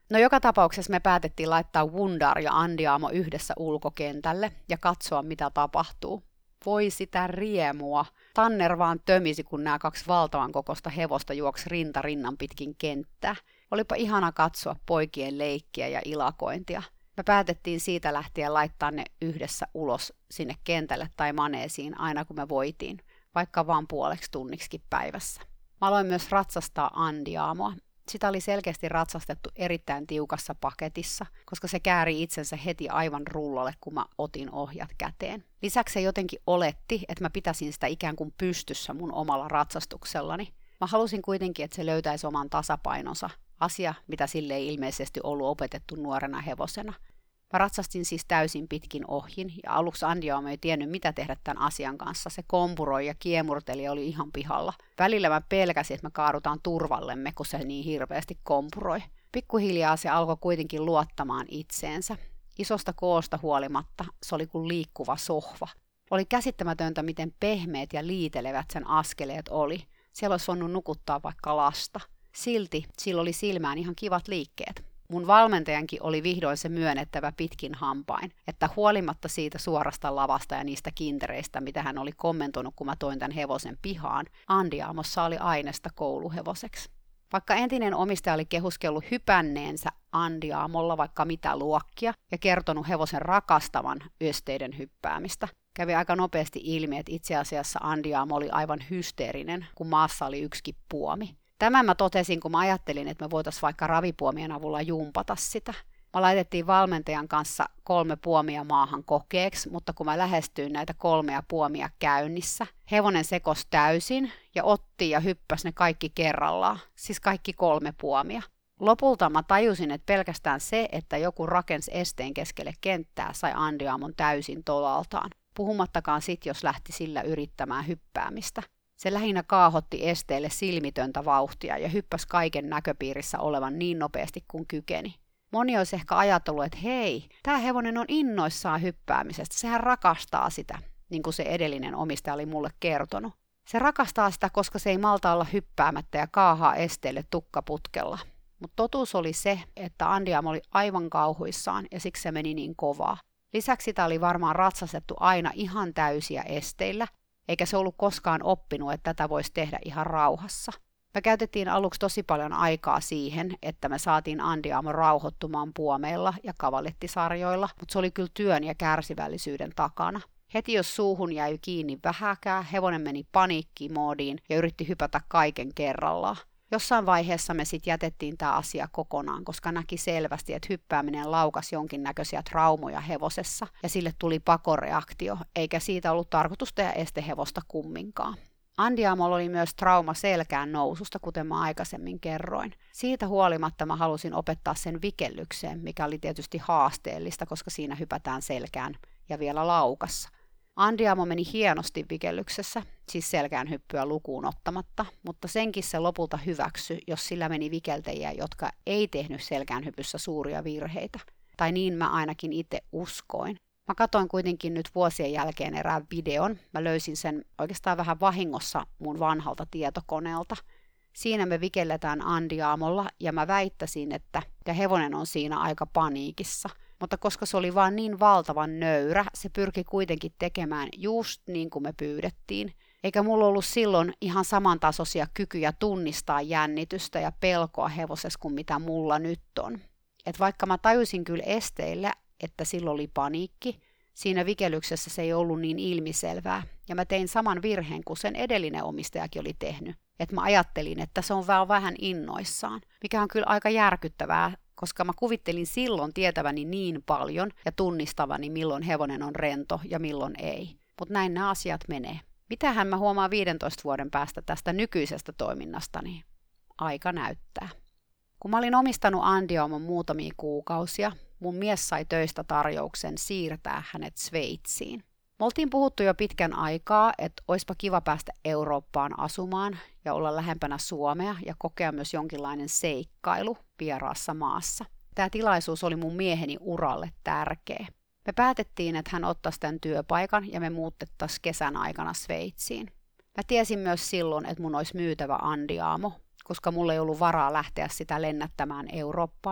No joka tapauksessa me päätettiin laittaa Wundar ja Andiamo yhdessä ulkokentälle ja katsoa mitä tapahtuu. Voi sitä riemua. Tanner vaan tömisi, kun nämä 2 valtavan kokoista hevosta juoksi rinta rinnan pitkin kenttää. Olipa ihana katsoa poikien leikkiä ja ilakointia. Me päätettiin siitä lähtien laittaa ne yhdessä ulos sinne kentälle tai maneesiin aina kun me voitiin, vaikka vaan puoleksi tunniksikin päivässä. Mä aloin myös ratsastaa Andiamoa. Sitä oli selkeästi ratsastettu erittäin tiukassa paketissa, koska se kääri itsensä heti aivan rullalle, kun mä otin ohjat käteen. Lisäksi se jotenkin oletti, että mä pitäisin sitä ikään kuin pystyssä mun omalla ratsastuksellani. Mä halusin kuitenkin, että se löytäisi oman tasapainonsa, asia, mitä sille ei ilmeisesti ollut opetettu nuorena hevosena. Mä ratsastin siis täysin pitkin ohjin, ja aluksi Andiamo ei tiennyt, mitä tehdä tämän asian kanssa. Se kompuroi ja kiemurteli ja oli ihan pihalla. Välillä mä pelkäsin, että me kaadutaan turvallemme, kun se niin hirveästi kompuroi. Pikkuhiljaa se alkoi kuitenkin luottamaan itseensä. Isosta koosta huolimatta se oli kuin liikkuva sohva. Oli käsittämätöntä, miten pehmeät ja liitelevät sen askeleet oli. Siellä olisi voinut nukuttaa vaikka lasta. Silti sillä oli silmään ihan kivat liikkeet. Mun valmentajankin oli vihdoin se myönnettävä pitkin hampain, että huolimatta siitä suorasta lavasta ja niistä kintereistä, mitä hän oli kommentoinut, kun mä toin tämän hevosen pihaan, Andiamossa oli aineesta kouluhevoseksi. Vaikka entinen omistaja oli kehuskellut hypänneensä Andiamolla vaikka mitä luokkia ja kertonut hevosen rakastavan esteiden hyppäämistä, kävi aika nopeasti ilmi, että itse asiassa Andiamo oli aivan hysteerinen, kun maassa oli yksikin puomi. Tämän mä totesin, kun mä ajattelin, että me voitaisiin vaikka ravipuomien avulla jumpata sitä. Mä laitettiin valmentajan kanssa 3 puomia maahan kokeeksi, mutta kun mä lähestyin näitä 3 puomia käynnissä, hevonen sekosi täysin ja otti ja hyppäsi ne kaikki kerrallaan, siis kaikki 3 puomia. Lopulta mä tajusin, että pelkästään se, että joku rakensi esteen keskelle kenttää, sai Andiamon täysin tolaltaan. Puhumattakaan sit, jos lähti sillä yrittämään hyppäämistä. Se lähinnä kaahotti esteelle silmitöntä vauhtia ja hyppäsi kaiken näköpiirissä olevan niin nopeasti kuin kykeni. Moni olisi ehkä ajatellut, että hei, tämä hevonen on innoissaan hyppäämisestä, sehän rakastaa sitä, niin kuin se edellinen omistaja oli mulle kertonut. Se rakastaa sitä, koska se ei malta olla hyppäämättä ja kaahaa esteelle tukkaputkella. Mutta totuus oli se, että Andiamo oli aivan kauhuissaan ja siksi se meni niin kovaa. Lisäksi sitä oli varmaan ratsastettu aina ihan täysiä esteillä, eikä se ollut koskaan oppinut, että tätä voisi tehdä ihan rauhassa. Me käytettiin aluksi tosi paljon aikaa siihen, että me saatiin Andiamo rauhoittumaan puomeilla ja kavallettisarjoilla, mutta se oli kyllä työn ja kärsivällisyyden takana. Heti jos suuhun jäi kiinni vähäkään, hevonen meni paniikkimoodiin ja yritti hypätä kaiken kerrallaan. Jossain vaiheessa me sitten jätettiin tämä asia kokonaan, koska näki selvästi, että hyppääminen laukasi jonkinnäköisiä traumoja hevosessa ja sille tuli pakoreaktio, eikä siitä ollut tarkoitus tehdä estehevosta kumminkaan. Andiamolla oli myös trauma selkään noususta, kuten mä aikaisemmin kerroin. Siitä huolimatta mä halusin opettaa sen vikellykseen, mikä oli tietysti haasteellista, koska siinä hypätään selkään ja vielä laukassa. Andiamo meni hienosti vikellyksessä, siis selkään hyppyä lukuun ottamatta, mutta senkin se lopulta hyväksyi, jos sillä meni vikeltäjiä, jotka ei tehnyt selkään hypyssä suuria virheitä. Tai niin mä ainakin itse uskoin. Mä katsoin kuitenkin nyt vuosien jälkeen erään videon. Mä löysin sen oikeastaan vähän vahingossa mun vanhalta tietokoneelta. Siinä me vikelletään Andiamolla ja mä väittäisin, että hevonen on siinä aika paniikissa. Mutta koska se oli vaan niin valtavan nöyrä, se pyrki kuitenkin tekemään just niin kuin me pyydettiin. Eikä mulla ollut silloin ihan samantasoisia kykyjä tunnistaa jännitystä ja pelkoa hevosessa kuin mitä mulla nyt on. Et vaikka mä tajusin kyllä esteillä, että silloin oli paniikki, siinä vikellyksessä se ei ollut niin ilmiselvää. Ja mä tein saman virheen kuin sen edellinen omistajakin oli tehnyt. Että mä ajattelin, että se on vähän innoissaan, mikä on kyllä aika järkyttävää, koska mä kuvittelin silloin tietäväni niin paljon ja tunnistavani, milloin hevonen on rento ja milloin ei. Mutta näin nämä asiat menee. Mitähän mä huomaan 15 vuoden päästä tästä nykyisestä toiminnastani? Aika näyttää. Kun mä olin omistanut Andiamon muutamia kuukausia, mun mies sai töistä tarjouksen siirtää hänet Sveitsiin. Me oltiin puhuttu jo pitkän aikaa, että oispa kiva päästä Eurooppaan asumaan ja olla lähempänä Suomea ja kokea myös jonkinlainen seikkailu vieraassa maassa. Tämä tilaisuus oli mun mieheni uralle tärkeä. Me päätettiin, että hän ottaisi tämän työpaikan ja me muutettaisiin kesän aikana Sveitsiin. Mä tiesin myös silloin, että mun olisi myytävä Andiamo, koska mulla ei ollut varaa lähteä sitä lennättämään Eurooppaan.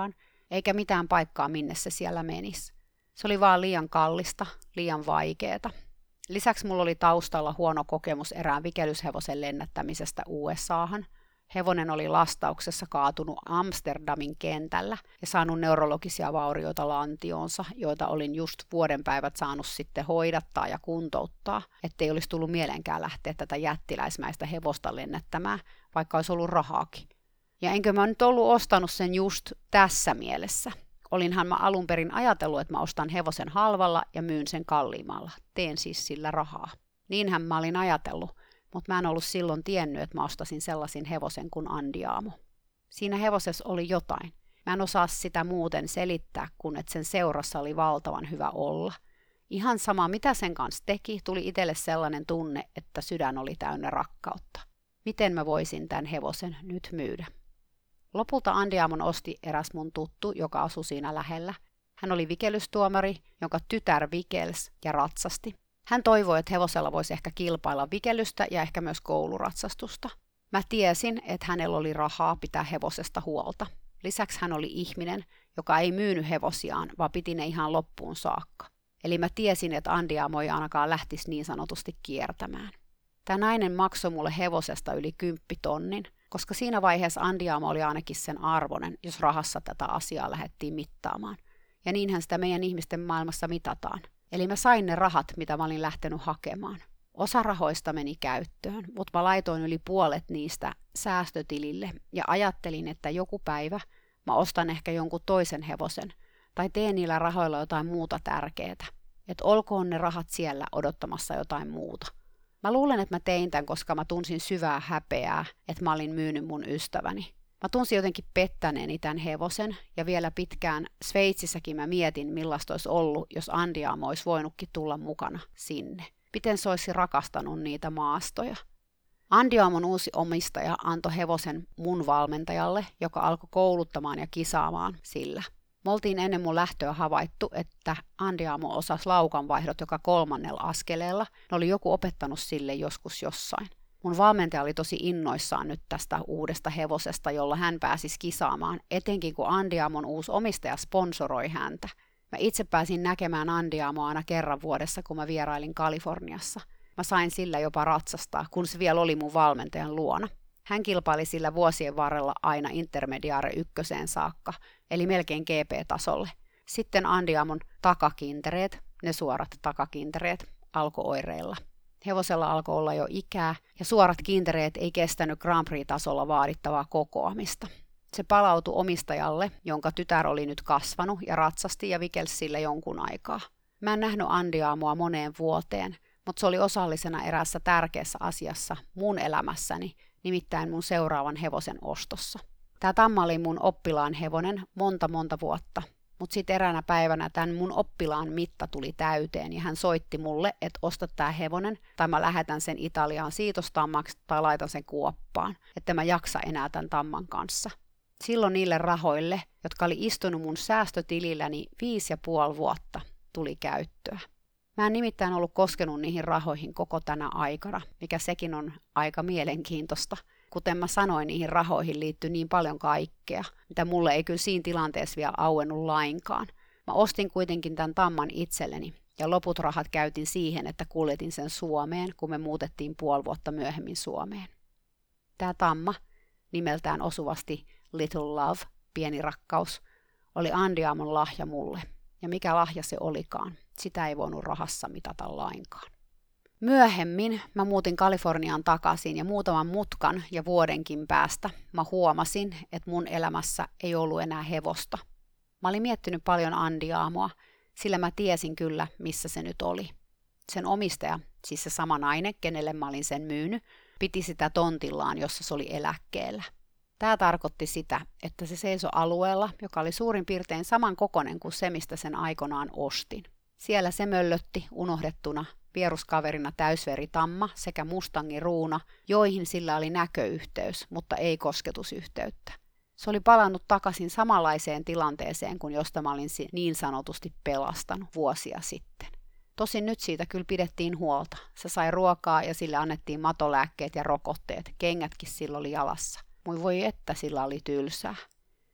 eikä mitään paikkaa minne se siellä menisi. Se oli vaan liian kallista, liian vaikeeta. Lisäksi mulla oli taustalla huono kokemus erään vikelyshevosen lennättämisestä USAhan. Hevonen oli lastauksessa kaatunut Amsterdamin kentällä ja saanut neurologisia vaurioita lantionsa, joita olin just vuodenpäivät saanut sitten hoidattaa ja kuntouttaa, ettei olisi tullut mielenkään lähteä tätä jättiläismäistä hevosta lennättämään, vaikka olisi ollut rahaakin. Ja enkö mä nyt ollut ostanut sen just tässä mielessä. Olinhan mä alun perin ajatellut, että mä ostan hevosen halvalla ja myyn sen kalliimmalla. Teen siis sillä rahaa. Niinhän mä olin ajatellut, mutta mä en ollut silloin tiennyt, että mä ostasin sellaisin hevosen kuin Andiamo. Siinä hevosessa oli jotain. Mä en osaa sitä muuten selittää, kun että sen seurassa oli valtavan hyvä olla. Ihan sama mitä sen kanssa teki, tuli itselle sellainen tunne, että sydän oli täynnä rakkautta. Miten mä voisin tämän hevosen nyt myydä? Lopulta Andiamon osti eräs mun tuttu, joka asui siinä lähellä. Hän oli vikelystuomari, jonka tytär vikels ja ratsasti. Hän toivoi, että hevosella voisi ehkä kilpailla vikelystä ja ehkä myös kouluratsastusta. Mä tiesin, että hänellä oli rahaa pitää hevosesta huolta. Lisäksi hän oli ihminen, joka ei myynyt hevosiaan, vaan piti ne ihan loppuun saakka. Eli mä tiesin, että Andiamo ei ainakaan lähtisi niin sanotusti kiertämään. Tämä nainen maksoi mulle hevosesta yli 10 000, koska siinä vaiheessa Andiamo oli ainakin sen arvoinen, jos rahassa tätä asiaa lähdettiin mittaamaan. Ja niinhän sitä meidän ihmisten maailmassa mitataan. Eli mä sain ne rahat, mitä mä olin lähtenyt hakemaan. Osa rahoista meni käyttöön, mutta mä laitoin yli puolet niistä säästötilille ja ajattelin, että joku päivä mä ostan ehkä jonkun toisen hevosen tai teen niillä rahoilla jotain muuta tärkeää. Että olkoon ne rahat siellä odottamassa jotain muuta. Mä luulen, että mä tein tämän, koska mä tunsin syvää häpeää, että mä olin myynyt mun ystäväni. Mä tunsin jotenkin pettäneeni tämän hevosen ja vielä pitkään Sveitsissäkin mä mietin, millaista olisi ollut, jos Andiamo olisi voinutkin tulla mukana sinne. Miten se olisi rakastanut niitä maastoja. Andiamon uusi omistaja antoi hevosen mun valmentajalle, joka alkoi kouluttamaan ja kisaamaan sillä. Me oltiin ennen mun lähtöä havaittu, että Andiamo osasi laukanvaihdot joka 3. askeleella. Ne oli joku opettanut sille joskus jossain. Mun valmentaja oli tosi innoissaan nyt tästä uudesta hevosesta, jolla hän pääsisi kisaamaan, etenkin kun Andiamon uusi omistaja sponsoroi häntä. Mä itse pääsin näkemään Andiamoa aina kerran vuodessa, kun mä vierailin Kaliforniassa. Mä sain sillä jopa ratsastaa, kun se vielä oli mun valmentajan luona. Hän kilpaili sillä vuosien varrella aina Intermediare 1 saakka, eli melkein GP-tasolle. Sitten Andiamon takakintereet, ne suorat takakintereet, alkoi oireilla. Hevosella alkoi olla jo ikää, ja suorat kintereet ei kestänyt Grand Prix-tasolla vaadittavaa kokoamista. Se palautui omistajalle, jonka tytär oli nyt kasvanut ja ratsasti ja vikelsi sillä jonkun aikaa. Mä en nähnyt Andiamoa moneen vuoteen, mutta se oli osallisena eräässä tärkeässä asiassa mun elämässäni, nimittäin mun seuraavan hevosen ostossa. Tää Tamma oli mun oppilaan hevonen monta vuotta, mutta sitten eräänä päivänä tämän mun oppilaan mitta tuli täyteen ja hän soitti mulle, että osta tää hevonen tai mä lähetän sen Italiaan siitostammaksi tai laitan sen kuoppaan, että mä jaksa enää tämän Tamman kanssa. Silloin niille rahoille, jotka oli istunut mun säästötililläni 5,5 vuotta, tuli käyttöä. Mä en nimittäin ollut koskenut niihin rahoihin koko tänä aikana, mikä sekin on aika mielenkiintoista. Kuten mä sanoin, niihin rahoihin liittyy niin paljon kaikkea, mitä mulle ei kyllä siinä tilanteessa vielä auennut lainkaan. Mä ostin kuitenkin tämän Tamman itselleni ja loput rahat käytin siihen, että kuljetin sen Suomeen, kun me muutettiin 5,5 vuotta myöhemmin Suomeen. Tää Tamma, nimeltään osuvasti Little Love, pieni rakkaus, oli Andiamon lahja mulle. Ja mikä lahja se olikaan, sitä ei voinut rahassa mitata lainkaan. Myöhemmin mä muutin Kaliforniaan takaisin ja muutaman mutkan ja vuodenkin päästä mä huomasin, että mun elämässä ei ollut enää hevosta. Mä olin miettinyt paljon Andiamoa, sillä mä tiesin kyllä, missä se nyt oli. Sen omistaja, siis se sama nainen, kenelle mä olin sen myynyt, piti sitä tontillaan, jossa se oli eläkkeellä. Tämä tarkoitti sitä, että se seisoi alueella, joka oli suurin piirtein saman kokoinen kuin se, mistä sen aikanaan ostin. Siellä se möllötti unohdettuna vieruskaverina täysveritamma sekä mustangin ruuna, joihin sillä oli näköyhteys, mutta ei kosketusyhteyttä. Se oli palannut takaisin samanlaiseen tilanteeseen kuin josta mä olin niin sanotusti pelastanut vuosia sitten. Tosin nyt siitä kyllä pidettiin huolta. Se sai ruokaa ja sille annettiin matolääkkeet ja rokotteet. Kengätkin sillä oli jalassa. Voi että sillä oli tylsää.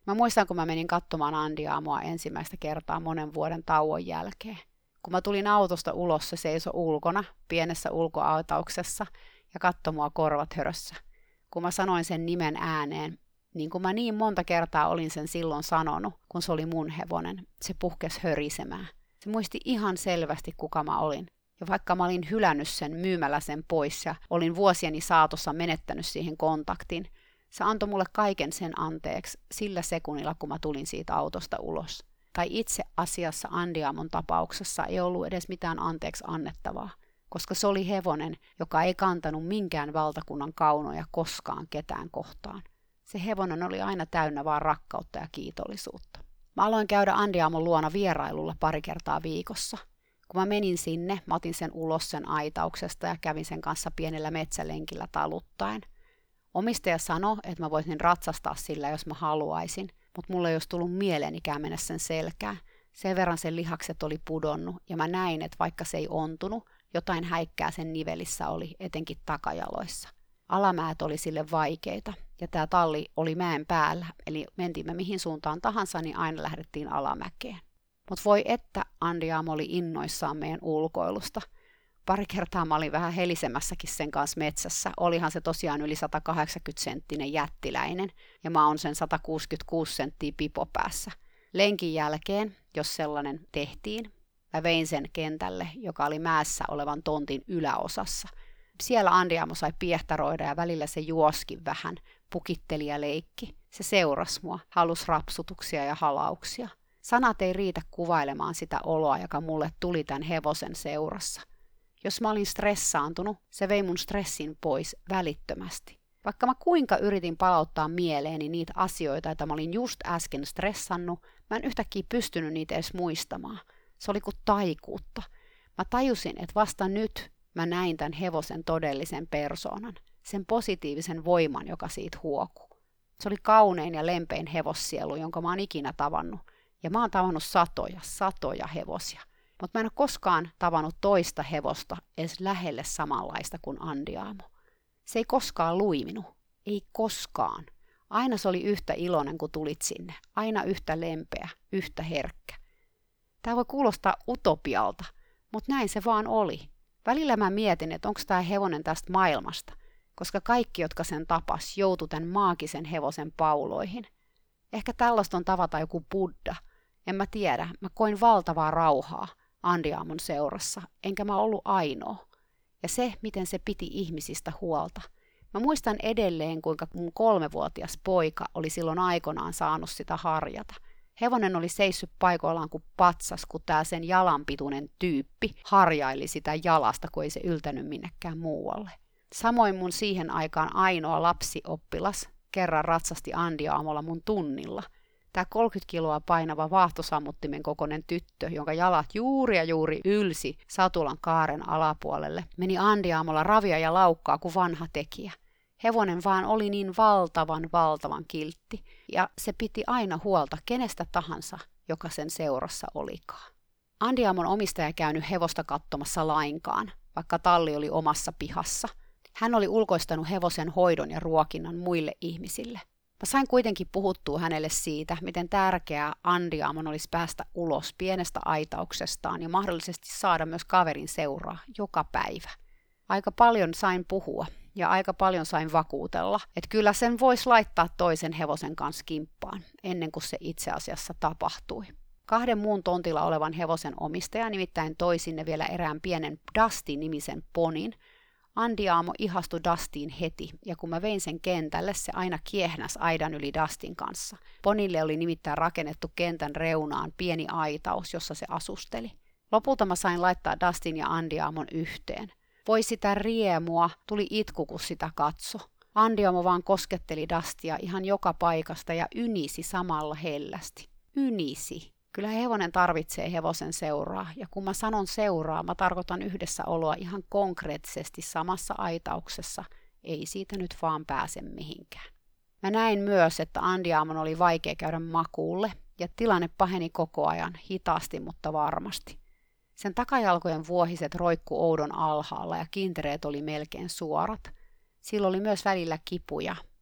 Mä muistan, kun mä menin katsomaan Andiamoa ensimmäistä kertaa monen vuoden tauon jälkeen. Kun mä tulin autosta ulos, se seisoi ulkona, pienessä ulkoautauksessa, ja katsoi mua korvat hörössä. Kun mä sanoin sen nimen ääneen, niin kuin mä niin monta kertaa olin sen silloin sanonut, kun se oli mun hevonen, se puhkesi hörisemään. Se muisti ihan selvästi, kuka mä olin. Ja vaikka mä olin hylännyt sen myymällä sen pois ja olin vuosieni saatossa menettänyt siihen kontaktin, se antoi mulle kaiken sen anteeksi sillä sekunnilla, kun mä tulin siitä autosta ulos. Tai itse asiassa Andiamon tapauksessa ei ollut edes mitään anteeksi annettavaa, koska se oli hevonen, joka ei kantanut minkään valtakunnan kaunoja koskaan ketään kohtaan. Se hevonen oli aina täynnä vaan rakkautta ja kiitollisuutta. Mä aloin käydä Andiamon luona vierailulla pari kertaa viikossa. Kun mä menin sinne, mä otin sen ulos sen aitauksesta ja kävin sen kanssa pienellä metsälenkillä taluttaen. Omistaja sanoi, että mä voisin ratsastaa sillä, jos mä haluaisin, mutta mulle ei olisi tullut mieleenikään mennä sen selkään. Sen verran sen lihakset oli pudonnut ja mä näin, että vaikka se ei ontunut, jotain häikkää sen nivelissä oli, etenkin takajaloissa. Alamäät oli sille vaikeita ja tää talli oli mäen päällä, eli mentiin me mihin suuntaan tahansa, niin aina lähdettiin alamäkeen. Mutta voi että Andiamo oli innoissaan meidän ulkoilusta. Pari kertaa mä olin vähän helisemässäkin sen kanssa metsässä. Olihan se tosiaan yli 180-senttinen jättiläinen ja mä oon sen 166 senttiä pipopäässä. Lenkin jälkeen, jos sellainen tehtiin, mä vein sen kentälle, joka oli mäessä olevan tontin yläosassa. Siellä Andiamo sai piehtaroida ja välillä se juoskin vähän, pukitteli ja leikki. Se seurasi mua, halusi rapsutuksia ja halauksia. Sanat ei riitä kuvailemaan sitä oloa, joka mulle tuli tämän hevosen seurassa. Jos mä olin stressaantunut, se vei mun stressin pois välittömästi. Vaikka mä kuinka yritin palauttaa mieleeni niitä asioita, joita mä olin just äsken stressannut, mä en yhtäkkiä pystynyt niitä edes muistamaan. Se oli kuin taikuutta. Mä tajusin, että vasta nyt mä näin tämän hevosen todellisen persoonan, sen positiivisen voiman, joka siitä huokui. Se oli kaunein ja lempein hevossielu, jonka mä oon ikinä tavannut. Ja mä oon tavannut satoja hevosia. Mutta mä en ole koskaan tavannut toista hevosta edes lähelle samanlaista kuin Andiamo. Se ei koskaan luiminut. Ei koskaan. Aina se oli yhtä iloinen, kun tulit sinne. Aina yhtä lempeä, yhtä herkkä. Tää voi kuulostaa utopialta, mutta näin se vaan oli. Välillä mä mietin, että onko tää hevonen tästä maailmasta, koska kaikki, jotka sen tapas, joutui tämän maagisen hevosen pauloihin. Ehkä tällaista on tavata joku Buddha. En mä tiedä, mä koin valtavaa rauhaa Andiamon seurassa, enkä mä ollut ainoa. Ja se, miten se piti ihmisistä huolta. Mä muistan edelleen, kuinka mun 3-vuotias poika oli silloin aikoinaan saanut sitä harjata. Hevonen oli seissyt paikoillaan kuin patsas, kun tää sen jalanpituinen tyyppi harjaili sitä jalasta, kun ei se yltänyt minnekään muualle. Samoin mun siihen aikaan ainoa lapsioppilas kerran ratsasti Andiamolla mun tunnilla. Tämä 30 kiloa painava vaahtosammuttimen kokoinen tyttö, jonka jalat juuri ylsi satulan kaaren alapuolelle, meni Andiamolla ravia ja laukkaa kuin vanha tekijä. Hevonen vaan oli niin valtavan kiltti, ja se piti aina huolta kenestä tahansa, joka sen seurassa olikaan. Andiamon omistaja ei käynyt hevosta katsomassa lainkaan, vaikka talli oli omassa pihassa. Hän oli ulkoistanut hevosen hoidon ja ruokinnan muille ihmisille. Mä sain kuitenkin puhuttua hänelle siitä, miten tärkeää Andiamon olisi päästä ulos pienestä aitauksestaan ja mahdollisesti saada myös kaverin seuraa joka päivä. Aika paljon sain puhua ja aika paljon sain vakuutella, että kyllä sen voisi laittaa toisen hevosen kanssa kimppaan, ennen kuin se itse asiassa tapahtui. 2 muun tontilla olevan hevosen omistaja nimittäin toi sinne vielä erään pienen Dusty-nimisen ponin. Andiamo ihastui Dustyin heti, ja kun mä vein sen kentälle, se aina kiehnäsi aidan yli Dustyn kanssa. Ponille oli nimittäin rakennettu kentän reunaan pieni aitaus, jossa se asusteli. Lopulta mä sain laittaa Dustyn ja Andiamon yhteen. Voi sitä riemua, tuli itku, kun sitä katso. Andiamo vaan kosketteli Dustya ihan joka paikasta ja ynisi samalla hellästi. Ynisi. Kyllä hevonen tarvitsee hevosen seuraa, ja kun mä sanon seuraa, mä tarkoitan yhdessäoloa ihan konkreettisesti samassa aitauksessa, ei siitä nyt vaan pääse mihinkään. Mä näin myös, että Andiamon oli vaikea käydä makuulle, ja tilanne paheni koko ajan, hitaasti mutta varmasti. Sen takajalkojen vuohiset roikku oudon alhaalla ja kintereet oli melkein suorat. Sillä oli myös välillä kipuja,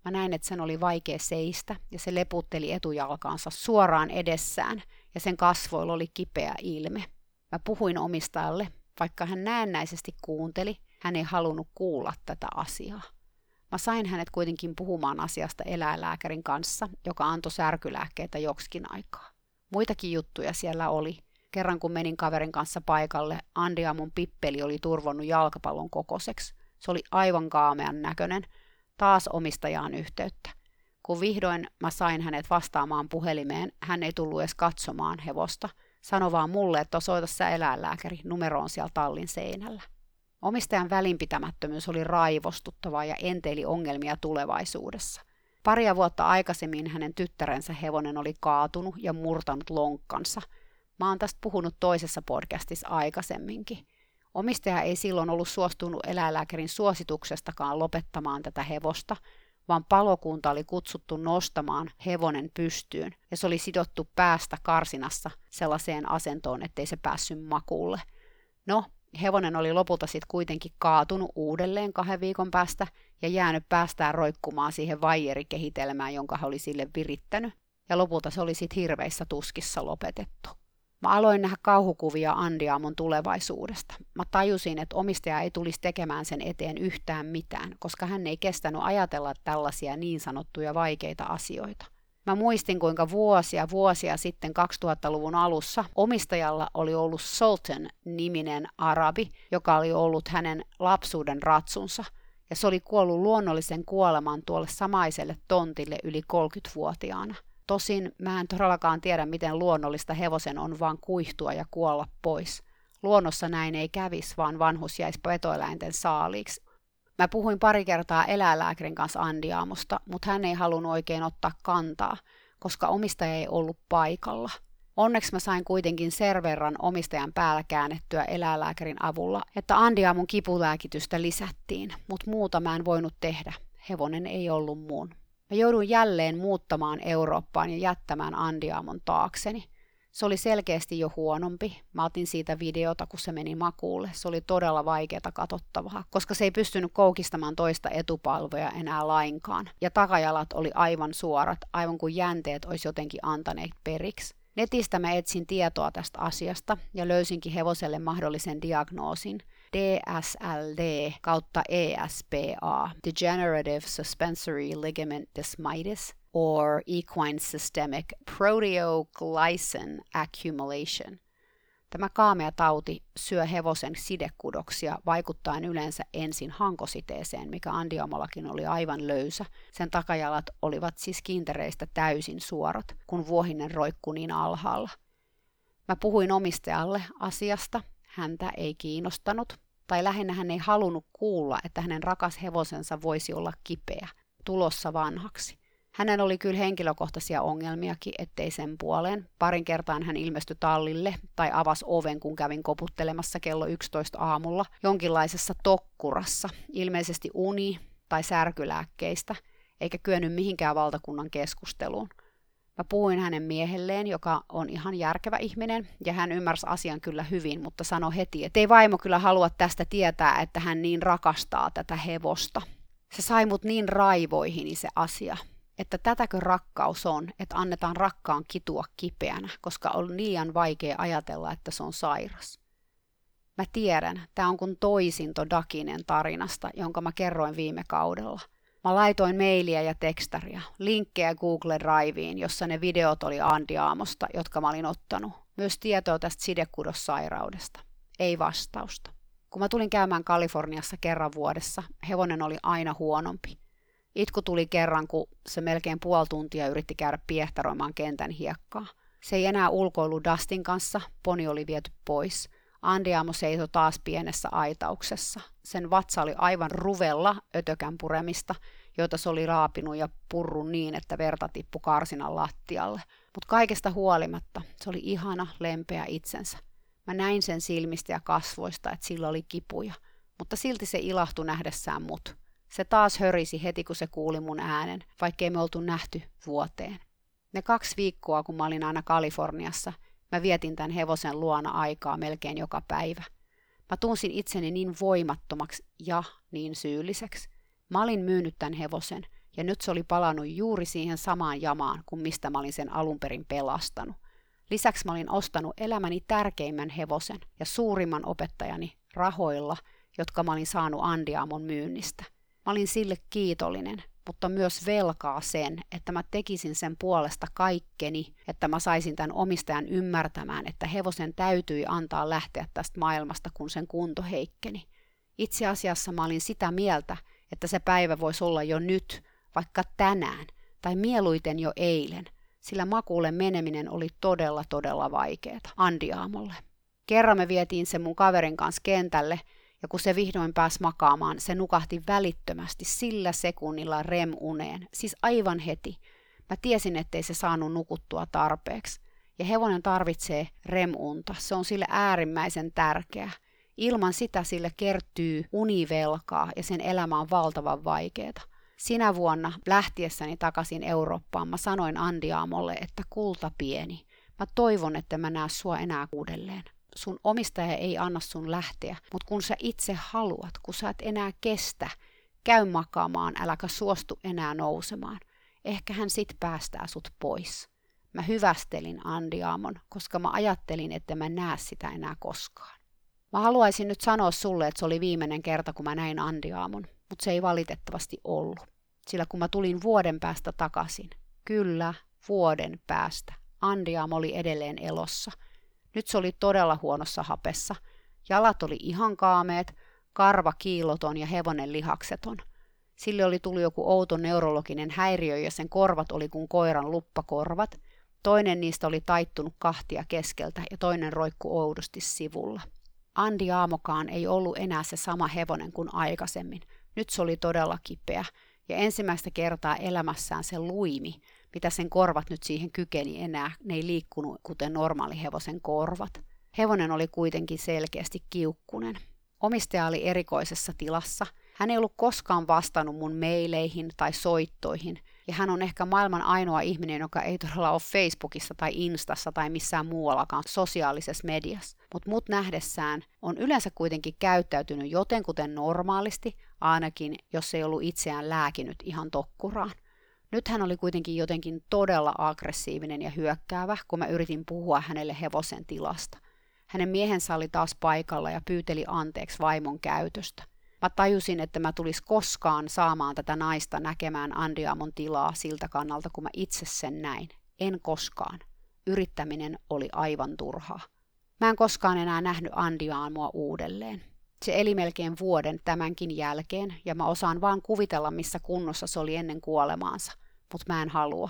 Mä näin, että sen oli vaikea seistä ja se leputteli etujalkaansa suoraan edessään ja sen kasvoilla oli kipeä ilme. Mä puhuin omistajalle, vaikka hän näennäisesti kuunteli, hän ei halunnut kuulla tätä asiaa. Mä sain hänet kuitenkin puhumaan asiasta eläinlääkärin kanssa, joka antoi särkylääkkeitä joksikin aikaa. Muitakin juttuja siellä oli. Kerran kun menin kaverin kanssa paikalle, Andiamon pippeli oli turvonnut jalkapallon kokoiseksi. Se oli aivan kaamean näköinen. Taas omistajaan yhteyttä. Kun vihdoin mä sain hänet vastaamaan puhelimeen, hän ei tullut edes katsomaan hevosta. Sano vaan mulle, että soita sä eläinlääkäri, numero on siellä tallin seinällä. Omistajan välinpitämättömyys oli raivostuttavaa ja enteili ongelmia tulevaisuudessa. Paria vuotta aikaisemmin hänen tyttärensä hevonen oli kaatunut ja murtanut lonkkansa. Mä oon tästä puhunut toisessa podcastissa aikaisemminkin. Omistaja ei silloin ollut suostunut eläinlääkärin suosituksestakaan lopettamaan tätä hevosta, vaan palokunta oli kutsuttu nostamaan hevonen pystyyn ja se oli sidottu päästä karsinassa sellaiseen asentoon, ettei se päässyt makuulle. No, hevonen oli lopulta sitten kuitenkin kaatunut uudelleen 2 viikon päästä ja jäänyt päästään roikkumaan siihen vaijerikehitelmään, jonka hän oli sille virittänyt, ja lopulta se oli sitten hirveissä tuskissa lopetettu. Mä aloin nähdä kauhukuvia Andiamon tulevaisuudesta. Mä tajusin, että omistaja ei tulisi tekemään sen eteen yhtään mitään, koska hän ei kestänyt ajatella tällaisia niin sanottuja vaikeita asioita. Mä muistin, kuinka vuosia sitten 2000-luvun alussa omistajalla oli ollut Sultan-niminen arabi, joka oli ollut hänen lapsuuden ratsunsa, ja se oli kuollut luonnollisen kuoleman tuolle samaiselle tontille yli 30-vuotiaana. Tosin mä en todellakaan tiedä, miten luonnollista hevosen on vaan kuihtua ja kuolla pois. Luonnossa näin ei kävisi, vaan vanhus jäisi petoeläinten saaliiksi. Mä puhuin pari kertaa eläinlääkärin kanssa Andiamosta, mutta hän ei halunnut oikein ottaa kantaa, koska omistaja ei ollut paikalla. Onneksi mä sain kuitenkin sen verran omistajan päällä käännettyä eläinlääkärin avulla, että Andiamon kipulääkitystä lisättiin, mutta muuta mä en voinut tehdä. Hevonen ei ollut mun. Mä jouduin jälleen muuttamaan Eurooppaan ja jättämään Andiamon taakseni. Se oli selkeästi jo huonompi. Mä otin siitä videota, kun se meni makuulle. Se oli todella vaikeata katsottavaa, koska se ei pystynyt koukistamaan toista etupalvoja enää lainkaan. Ja takajalat oli aivan suorat, aivan kuin jänteet olisi jotenkin antaneet periksi. Netistä mä etsin tietoa tästä asiasta ja löysinkin hevoselle mahdollisen diagnoosin. DSLD kautta ESPA, Degenerative Suspensory Ligament Desmitis, or Equine Systemic Proteoglycan Accumulation. Tämä kaamea tauti syö hevosen sidekudoksia vaikuttaen yleensä ensin hankositeeseen, mikä Andiamollakin oli aivan löysä. Sen takajalat olivat siis kintereistä täysin suorat, kun vuohinen roikkui niin alhaalla. Mä puhuin omistajalle asiasta, häntä ei kiinnostanut, tai lähinnä hän ei halunnut kuulla, että hänen rakas hevosensa voisi olla kipeä, tulossa vanhaksi. Hänellä oli kyllä henkilökohtaisia ongelmiakin, ettei sen puoleen. Parin kertaan hän ilmestyi tallille tai avasi oven, kun kävin koputtelemassa kello 11 aamulla jonkinlaisessa tokkurassa, ilmeisesti uni- tai särkylääkkeistä, eikä kyennyt mihinkään valtakunnan keskusteluun. Mä puhuin hänen miehelleen, joka on ihan järkevä ihminen, ja hän ymmärsi asian kyllä hyvin, mutta sanoi heti, että ei vaimo kyllä halua tästä tietää, että hän niin rakastaa tätä hevosta. Se sai mut niin raivoihini se asia, että tätäkö rakkaus on, että annetaan rakkaan kitua kipeänä, koska on liian vaikea ajatella, että se on sairas. Mä tiedän, tää on kuin toisinto Dakinen tarinasta, jonka mä kerroin viime kaudella. Mä laitoin mailia ja tekstaria, linkkejä Google Driveen, jossa ne videot oli Andiamosta, jotka mä olin ottanut. Myös tietoa tästä sidekudossairaudesta. Ei vastausta. Kun mä tulin käymään Kaliforniassa kerran vuodessa, hevonen oli aina huonompi. Itku tuli kerran, kun se melkein puoli tuntia yritti käydä piehtaroimaan kentän hiekkaa. Se ei enää ulkoillut Dustin kanssa, poni oli viety pois. Andiamo seisoi taas pienessä aitauksessa. Sen vatsa oli aivan ruvella ötökän puremista, joita se oli raapinut ja purru niin, että verta tippui karsinan lattialle. Mutta kaikesta huolimatta se oli ihana, lempeä itsensä. Mä näin sen silmistä ja kasvoista, että sillä oli kipuja, mutta silti se ilahtui nähdessään mut. Se taas hörisi heti, kun se kuuli mun äänen, vaikkei me oltu nähty vuoteen. Ne 2 viikkoa, kun mä olin aina Kaliforniassa, mä vietin tämän hevosen luona aikaa melkein joka päivä. Mä tunsin itseni niin voimattomaksi ja niin syylliseksi. Mä olin myynyt tämän hevosen ja nyt se oli palannut juuri siihen samaan jamaan, kuin mistä mä olin sen alun perin pelastanut. Lisäksi mä olin ostanut elämäni tärkeimmän hevosen ja suurimman opettajani rahoilla, jotka mä olin saanut Andiamon myynnistä. Mä olin sille kiitollinen, mutta myös velkaa sen, että mä tekisin sen puolesta kaikkeni, että mä saisin tämän omistajan ymmärtämään, että hevosen täytyi antaa lähteä tästä maailmasta, kun sen kunto heikkeni. Itse asiassa mä olin sitä mieltä, että se päivä voisi olla jo nyt, vaikka tänään, tai mieluiten jo eilen, sillä makuulle meneminen oli todella vaikeeta Andiamolle. Kerran me vietiin sen mun kaverin kanssa kentälle, ja kun se vihdoin pääsi makaamaan, se nukahti välittömästi sillä sekunnilla REM-uneen, siis aivan heti. Mä tiesin, ettei se saanut nukuttua tarpeeksi. Ja hevonen tarvitsee REM-unta, se on sille äärimmäisen tärkeä. Ilman sitä sille kertyy univelkaa ja sen elämä on valtavan vaikeeta. Sinä vuonna lähtiessäni takaisin Eurooppaan mä sanoin Andiamolle, että kulta pieni, mä toivon, että mä näe sua enää uudelleen. Sun omistaja ei anna sun lähteä, mutta kun sä itse haluat, kun sä et enää kestä, käy makaamaan, äläkä suostu enää nousemaan. Ehkä hän sit päästää sut pois. Mä hyvästelin Andiamon, koska mä ajattelin, että mä näe sitä enää koskaan. Mä haluaisin nyt sanoa sulle, että se oli viimeinen kerta, kun mä näin Andiamon, mutta se ei valitettavasti ollut. Sillä kun mä tulin vuoden päästä takaisin, kyllä, vuoden päästä, Andiamo oli edelleen elossa. Nyt se oli todella huonossa hapessa. Jalat oli ihan kaameet, karva kiiloton ja hevonen lihakseton. Sille oli tullut joku outo neurologinen häiriö ja sen korvat oli kuin koiran luppakorvat. Toinen niistä oli taittunut kahtia keskeltä ja toinen roikkui oudosti sivulla. Andiamokaan ei ollut enää se sama hevonen kuin aikaisemmin. Nyt se oli todella kipeä ja ensimmäistä kertaa elämässään se luimi, mitä sen korvat nyt siihen kykeni enää, ne ei liikkunut kuten normaali hevosen korvat. Hevonen oli kuitenkin selkeästi kiukkunen. Omistaja oli erikoisessa tilassa. Hän ei ollut koskaan vastannut mun meileihin tai soittoihin, ja hän on ehkä maailman ainoa ihminen, joka ei todella ole Facebookissa tai Instassa tai missään muuallakaan sosiaalisessa mediassa. Mutta mut nähdessään on yleensä kuitenkin käyttäytynyt jotenkuten normaalisti, ainakin jos ei ollut itseään lääkinyt ihan tokkuraan. Nyt hän oli kuitenkin jotenkin todella aggressiivinen ja hyökkäävä, kun mä yritin puhua hänelle hevosen tilasta. Hänen miehensä oli taas paikalla ja pyyteli anteeksi vaimon käytöstä. Mä tajusin, että mä tulis koskaan saamaan tätä naista näkemään Andiamon tilaa siltä kannalta, kun mä itse sen näin. En koskaan. Yrittäminen oli aivan turhaa. Mä en koskaan enää nähnyt Andiamoa uudelleen. Se eli melkein vuoden tämänkin jälkeen, ja mä osaan vaan kuvitella, missä kunnossa se oli ennen kuolemaansa, mutta mä en halua.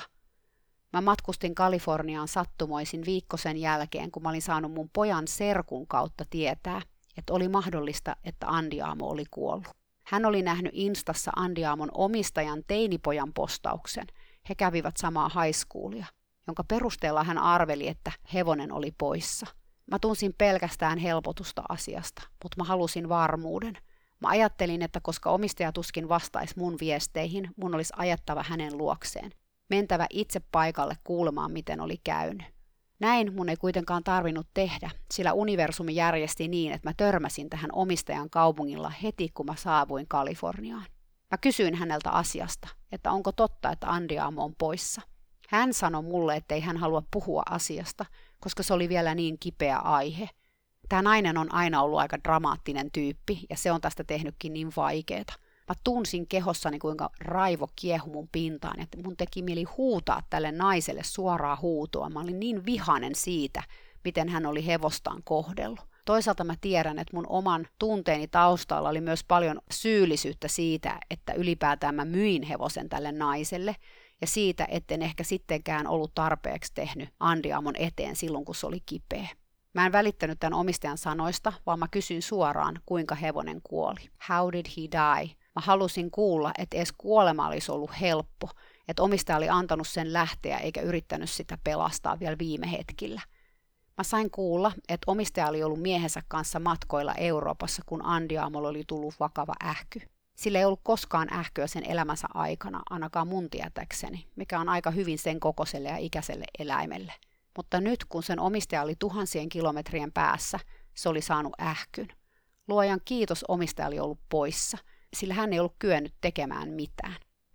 Mä matkustin Kaliforniaan sattumoisin viikko sen jälkeen, kun mä olin saanut mun pojan serkun kautta tietää, että oli mahdollista, että Andiamo oli kuollut. Hän oli nähnyt Instassa Andiamon omistajan teinipojan postauksen. He kävivät samaa high schoolia, jonka perusteella hän arveli, että hevonen oli poissa. Mä tunsin pelkästään helpotusta asiasta, mutta mä halusin varmuuden. Mä ajattelin, että koska omistaja tuskin vastaisi mun viesteihin, mun olisi ajattava hänen luokseen. Mentävä itse paikalle kuulemaan, miten oli käynyt. Näin mun ei kuitenkaan tarvinnut tehdä, sillä universumi järjesti niin, että mä törmäsin tähän omistajan kaupungilla heti, kun mä saavuin Kaliforniaan. Mä kysyin häneltä asiasta, että onko totta, että Andiamo on poissa. Hän sanoi mulle, ettei hän halua puhua asiasta, koska se oli vielä niin kipeä aihe. Tämä nainen on aina ollut aika dramaattinen tyyppi, ja se on tästä tehnytkin niin vaikeeta. Mä tunsin kehossani, kuinka raivo kiehui mun pintaan, että mun teki mieli huutaa tälle naiselle suoraa huutoa. Mä olin niin vihainen siitä, miten hän oli hevostaan kohdellut. Toisaalta mä tiedän, että mun oman tunteeni taustalla oli myös paljon syyllisyyttä siitä, että ylipäätään mä myin hevosen tälle naiselle, ja siitä, etten ehkä sittenkään ollut tarpeeksi tehnyt Andiamon eteen silloin, kun se oli kipeä. Mä en välittänyt tämän omistajan sanoista, vaan mä kysyin suoraan, kuinka hevonen kuoli. How did he die? Mä halusin kuulla, että edes kuolema olisi ollut helppo, että omistaja oli antanut sen lähteä eikä yrittänyt sitä pelastaa vielä viime hetkillä. Mä sain kuulla, että omistaja oli ollut miehensä kanssa matkoilla Euroopassa, kun Andiamolla oli tullut vakava ähky. Sillä ei ollut koskaan ähköä sen elämänsä aikana, ainakaan mun tietäkseni, mikä on aika hyvin sen kokoiselle ja ikäiselle eläimelle. Mutta nyt, kun sen omistaja oli tuhansien kilometrien päässä, se oli saanut ähkyn. Luojan kiitos, omistaja oli ollut poissa, sillä hän ei ollut kyennyt tekemään mitään.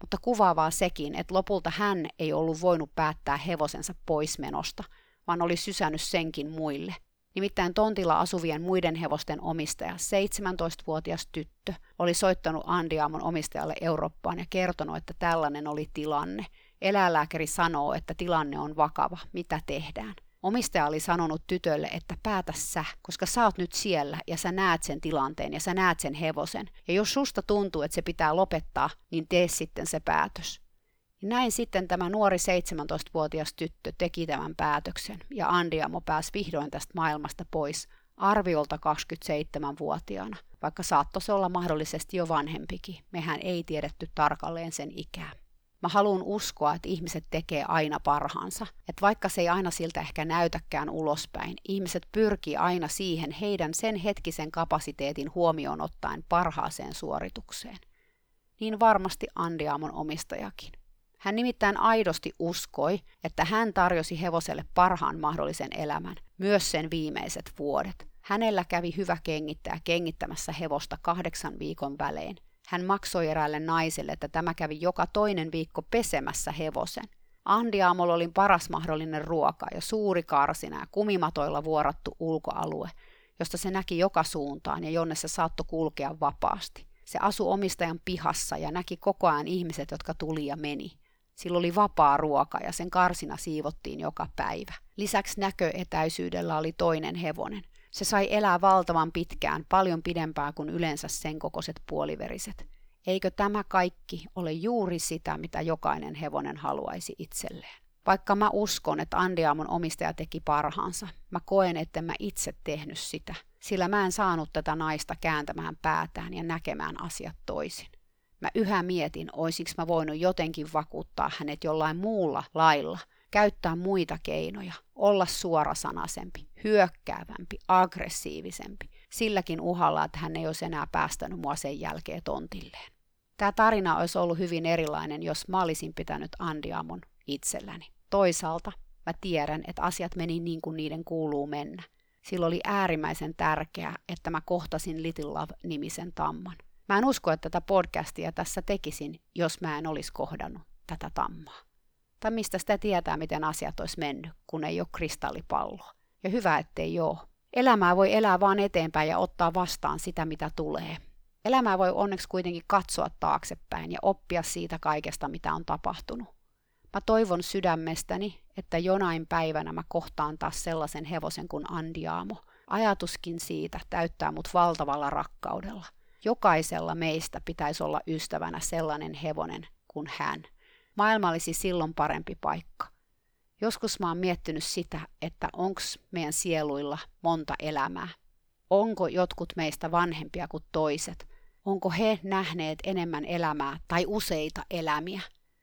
Mutta kuvaavaa sekin, että lopulta hän ei ollut voinut päättää hevosensa poismenosta, vaan oli sysännyt senkin muille. Nimittäin tontilla asuvien muiden hevosten omistaja, 17-vuotias tyttö, oli soittanut Andiamon omistajalle Eurooppaan ja kertonut, että tällainen oli tilanne. Eläinlääkäri sanoo, että tilanne on vakava, mitä tehdään. Omistaja oli sanonut tytölle, että päätä sä, koska sä oot nyt siellä ja sä näet sen tilanteen ja sä näet sen hevosen. Ja jos susta tuntuu, että se pitää lopettaa, niin tee sitten se päätös. Ja näin sitten tämä nuori 17-vuotias tyttö teki tämän päätöksen ja Andiamo pääsi vihdoin tästä maailmasta pois arviolta 27-vuotiaana, vaikka saattoi se olla mahdollisesti jo vanhempikin. Mehän ei tiedetty tarkalleen sen ikää. Mä haluan uskoa, että ihmiset tekee aina parhaansa. Että vaikka se ei aina siltä ehkä näytäkään ulospäin, ihmiset pyrkii aina siihen heidän sen hetkisen kapasiteetin huomioon ottaen parhaaseen suoritukseen. Niin varmasti Andiamon omistajakin. Hän nimittäin aidosti uskoi, että hän tarjosi hevoselle parhaan mahdollisen elämän, myös sen viimeiset vuodet. Hänellä kävi hyvä kengittäjä kengittämässä hevosta 8 viikon välein. Hän maksoi eräälle naiselle, että tämä kävi joka toinen viikko pesemässä hevosen. Andiamolla oli paras mahdollinen ruoka ja suuri karsina ja kumimatoilla vuorattu ulkoalue, josta se näki joka suuntaan ja jonne se saattoi kulkea vapaasti. Se asui omistajan pihassa ja näki koko ajan ihmiset, jotka tuli ja meni. Sillä oli vapaa ruoka ja sen karsina siivottiin joka päivä. Lisäksi näköetäisyydellä oli toinen hevonen. Se sai elää valtavan pitkään, paljon pidempään kuin yleensä sen kokoiset puoliveriset. Eikö tämä kaikki ole juuri sitä, mitä jokainen hevonen haluaisi itselleen? Vaikka mä uskon, että Andiamon omistaja teki parhaansa, mä koen, että mä itse tehnyt sitä, sillä mä en saanut tätä naista kääntämään päätään ja näkemään asiat toisin. Mä yhä mietin, oisinko mä voinut jotenkin vakuuttaa hänet jollain muulla lailla, käyttää muita keinoja, olla suorasanaisempi, hyökkäävämpi, aggressiivisempi, silläkin uhalla, että hän ei olisi enää päästänyt mua sen jälkeen tontilleen. Tämä tarina olisi ollut hyvin erilainen, jos mä olisin pitänyt Andiamon itselläni. Toisaalta mä tiedän, että asiat meni niin kuin niiden kuuluu mennä. Silloin oli äärimmäisen tärkeää, että mä kohtasin Little Love-nimisen tamman. Mä en usko, että tätä podcastia tässä tekisin, jos mä en olisi kohdannut tätä tammaa. Tai mistä sitä tietää, miten asiat olisi mennyt, kun ei ole kristallipalloa. Ja hyvä, ettei ole. Elämää voi elää vaan eteenpäin ja ottaa vastaan sitä, mitä tulee. Elämää voi onneksi kuitenkin katsoa taaksepäin ja oppia siitä kaikesta, mitä on tapahtunut. Mä toivon sydämestäni, että jonain päivänä mä kohtaan taas sellaisen hevosen kuin Andiamo. Ajatuskin siitä täyttää mut valtavalla rakkaudella. Jokaisella meistä pitäisi olla ystävänä sellainen hevonen kuin hän. Maailma olisi silloin parempi paikka. Joskus mä oon miettinyt sitä, että onko meidän sieluilla monta elämää. Onko jotkut meistä vanhempia kuin toiset? Onko he nähneet enemmän elämää tai useita elämiä?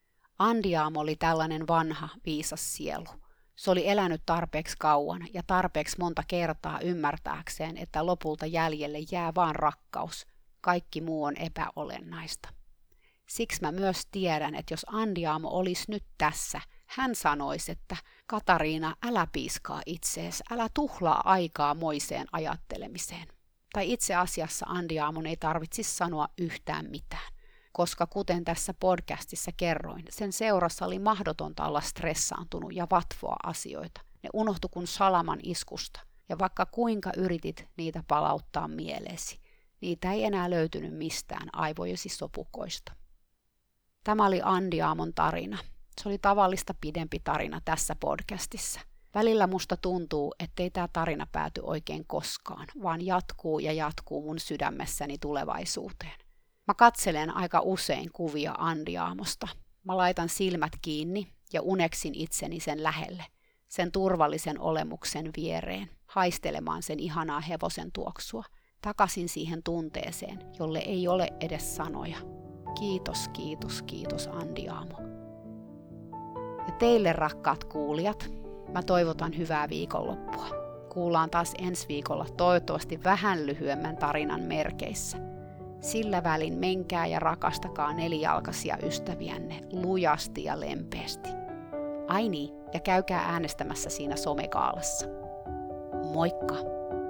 Andiamo oli tällainen vanha, viisas sielu. Se oli elänyt tarpeeksi kauan ja tarpeeksi monta kertaa ymmärtääkseen, että lopulta jäljelle jää vaan rakkaus. Kaikki muu on epäolennaista. Siksi mä myös tiedän, että jos Andiamo olisi nyt tässä, hän sanoisi, että Katariina, älä piiskaa itseesi, älä tuhlaa aikaa moiseen ajattelemiseen. Tai itse asiassa Andiamon ei tarvitsisi sanoa yhtään mitään, koska kuten tässä podcastissa kerroin, sen seurassa oli mahdotonta olla stressaantunut ja vatvoa asioita. Ne unohtui kuin salaman iskusta, ja vaikka kuinka yritit niitä palauttaa mieleesi, niitä ei enää löytynyt mistään aivojesi sopukoista. Tämä oli Andiamon tarina. Se oli tavallista pidempi tarina tässä podcastissa. Välillä musta tuntuu, ettei tämä tarina pääty oikein koskaan, vaan jatkuu ja jatkuu mun sydämessäni tulevaisuuteen. Mä katselen aika usein kuvia Andiamosta. Mä laitan silmät kiinni ja uneksin itseni sen lähelle, sen turvallisen olemuksen viereen, haistelemaan sen ihanaa hevosen tuoksua, takaisin siihen tunteeseen, jolle ei ole edes sanoja. Kiitos, kiitos, kiitos Andiamo. Ja teille rakkaat kuulijat, mä toivotan hyvää viikonloppua. Kuullaan taas ensi viikolla toivottavasti vähän lyhyemmän tarinan merkeissä. Sillä välin menkää ja rakastakaa nelijalkaisia ystäviänne lujasti ja lempeästi. Ai niin, ja käykää äänestämässä siinä somegaalassa. Moikka!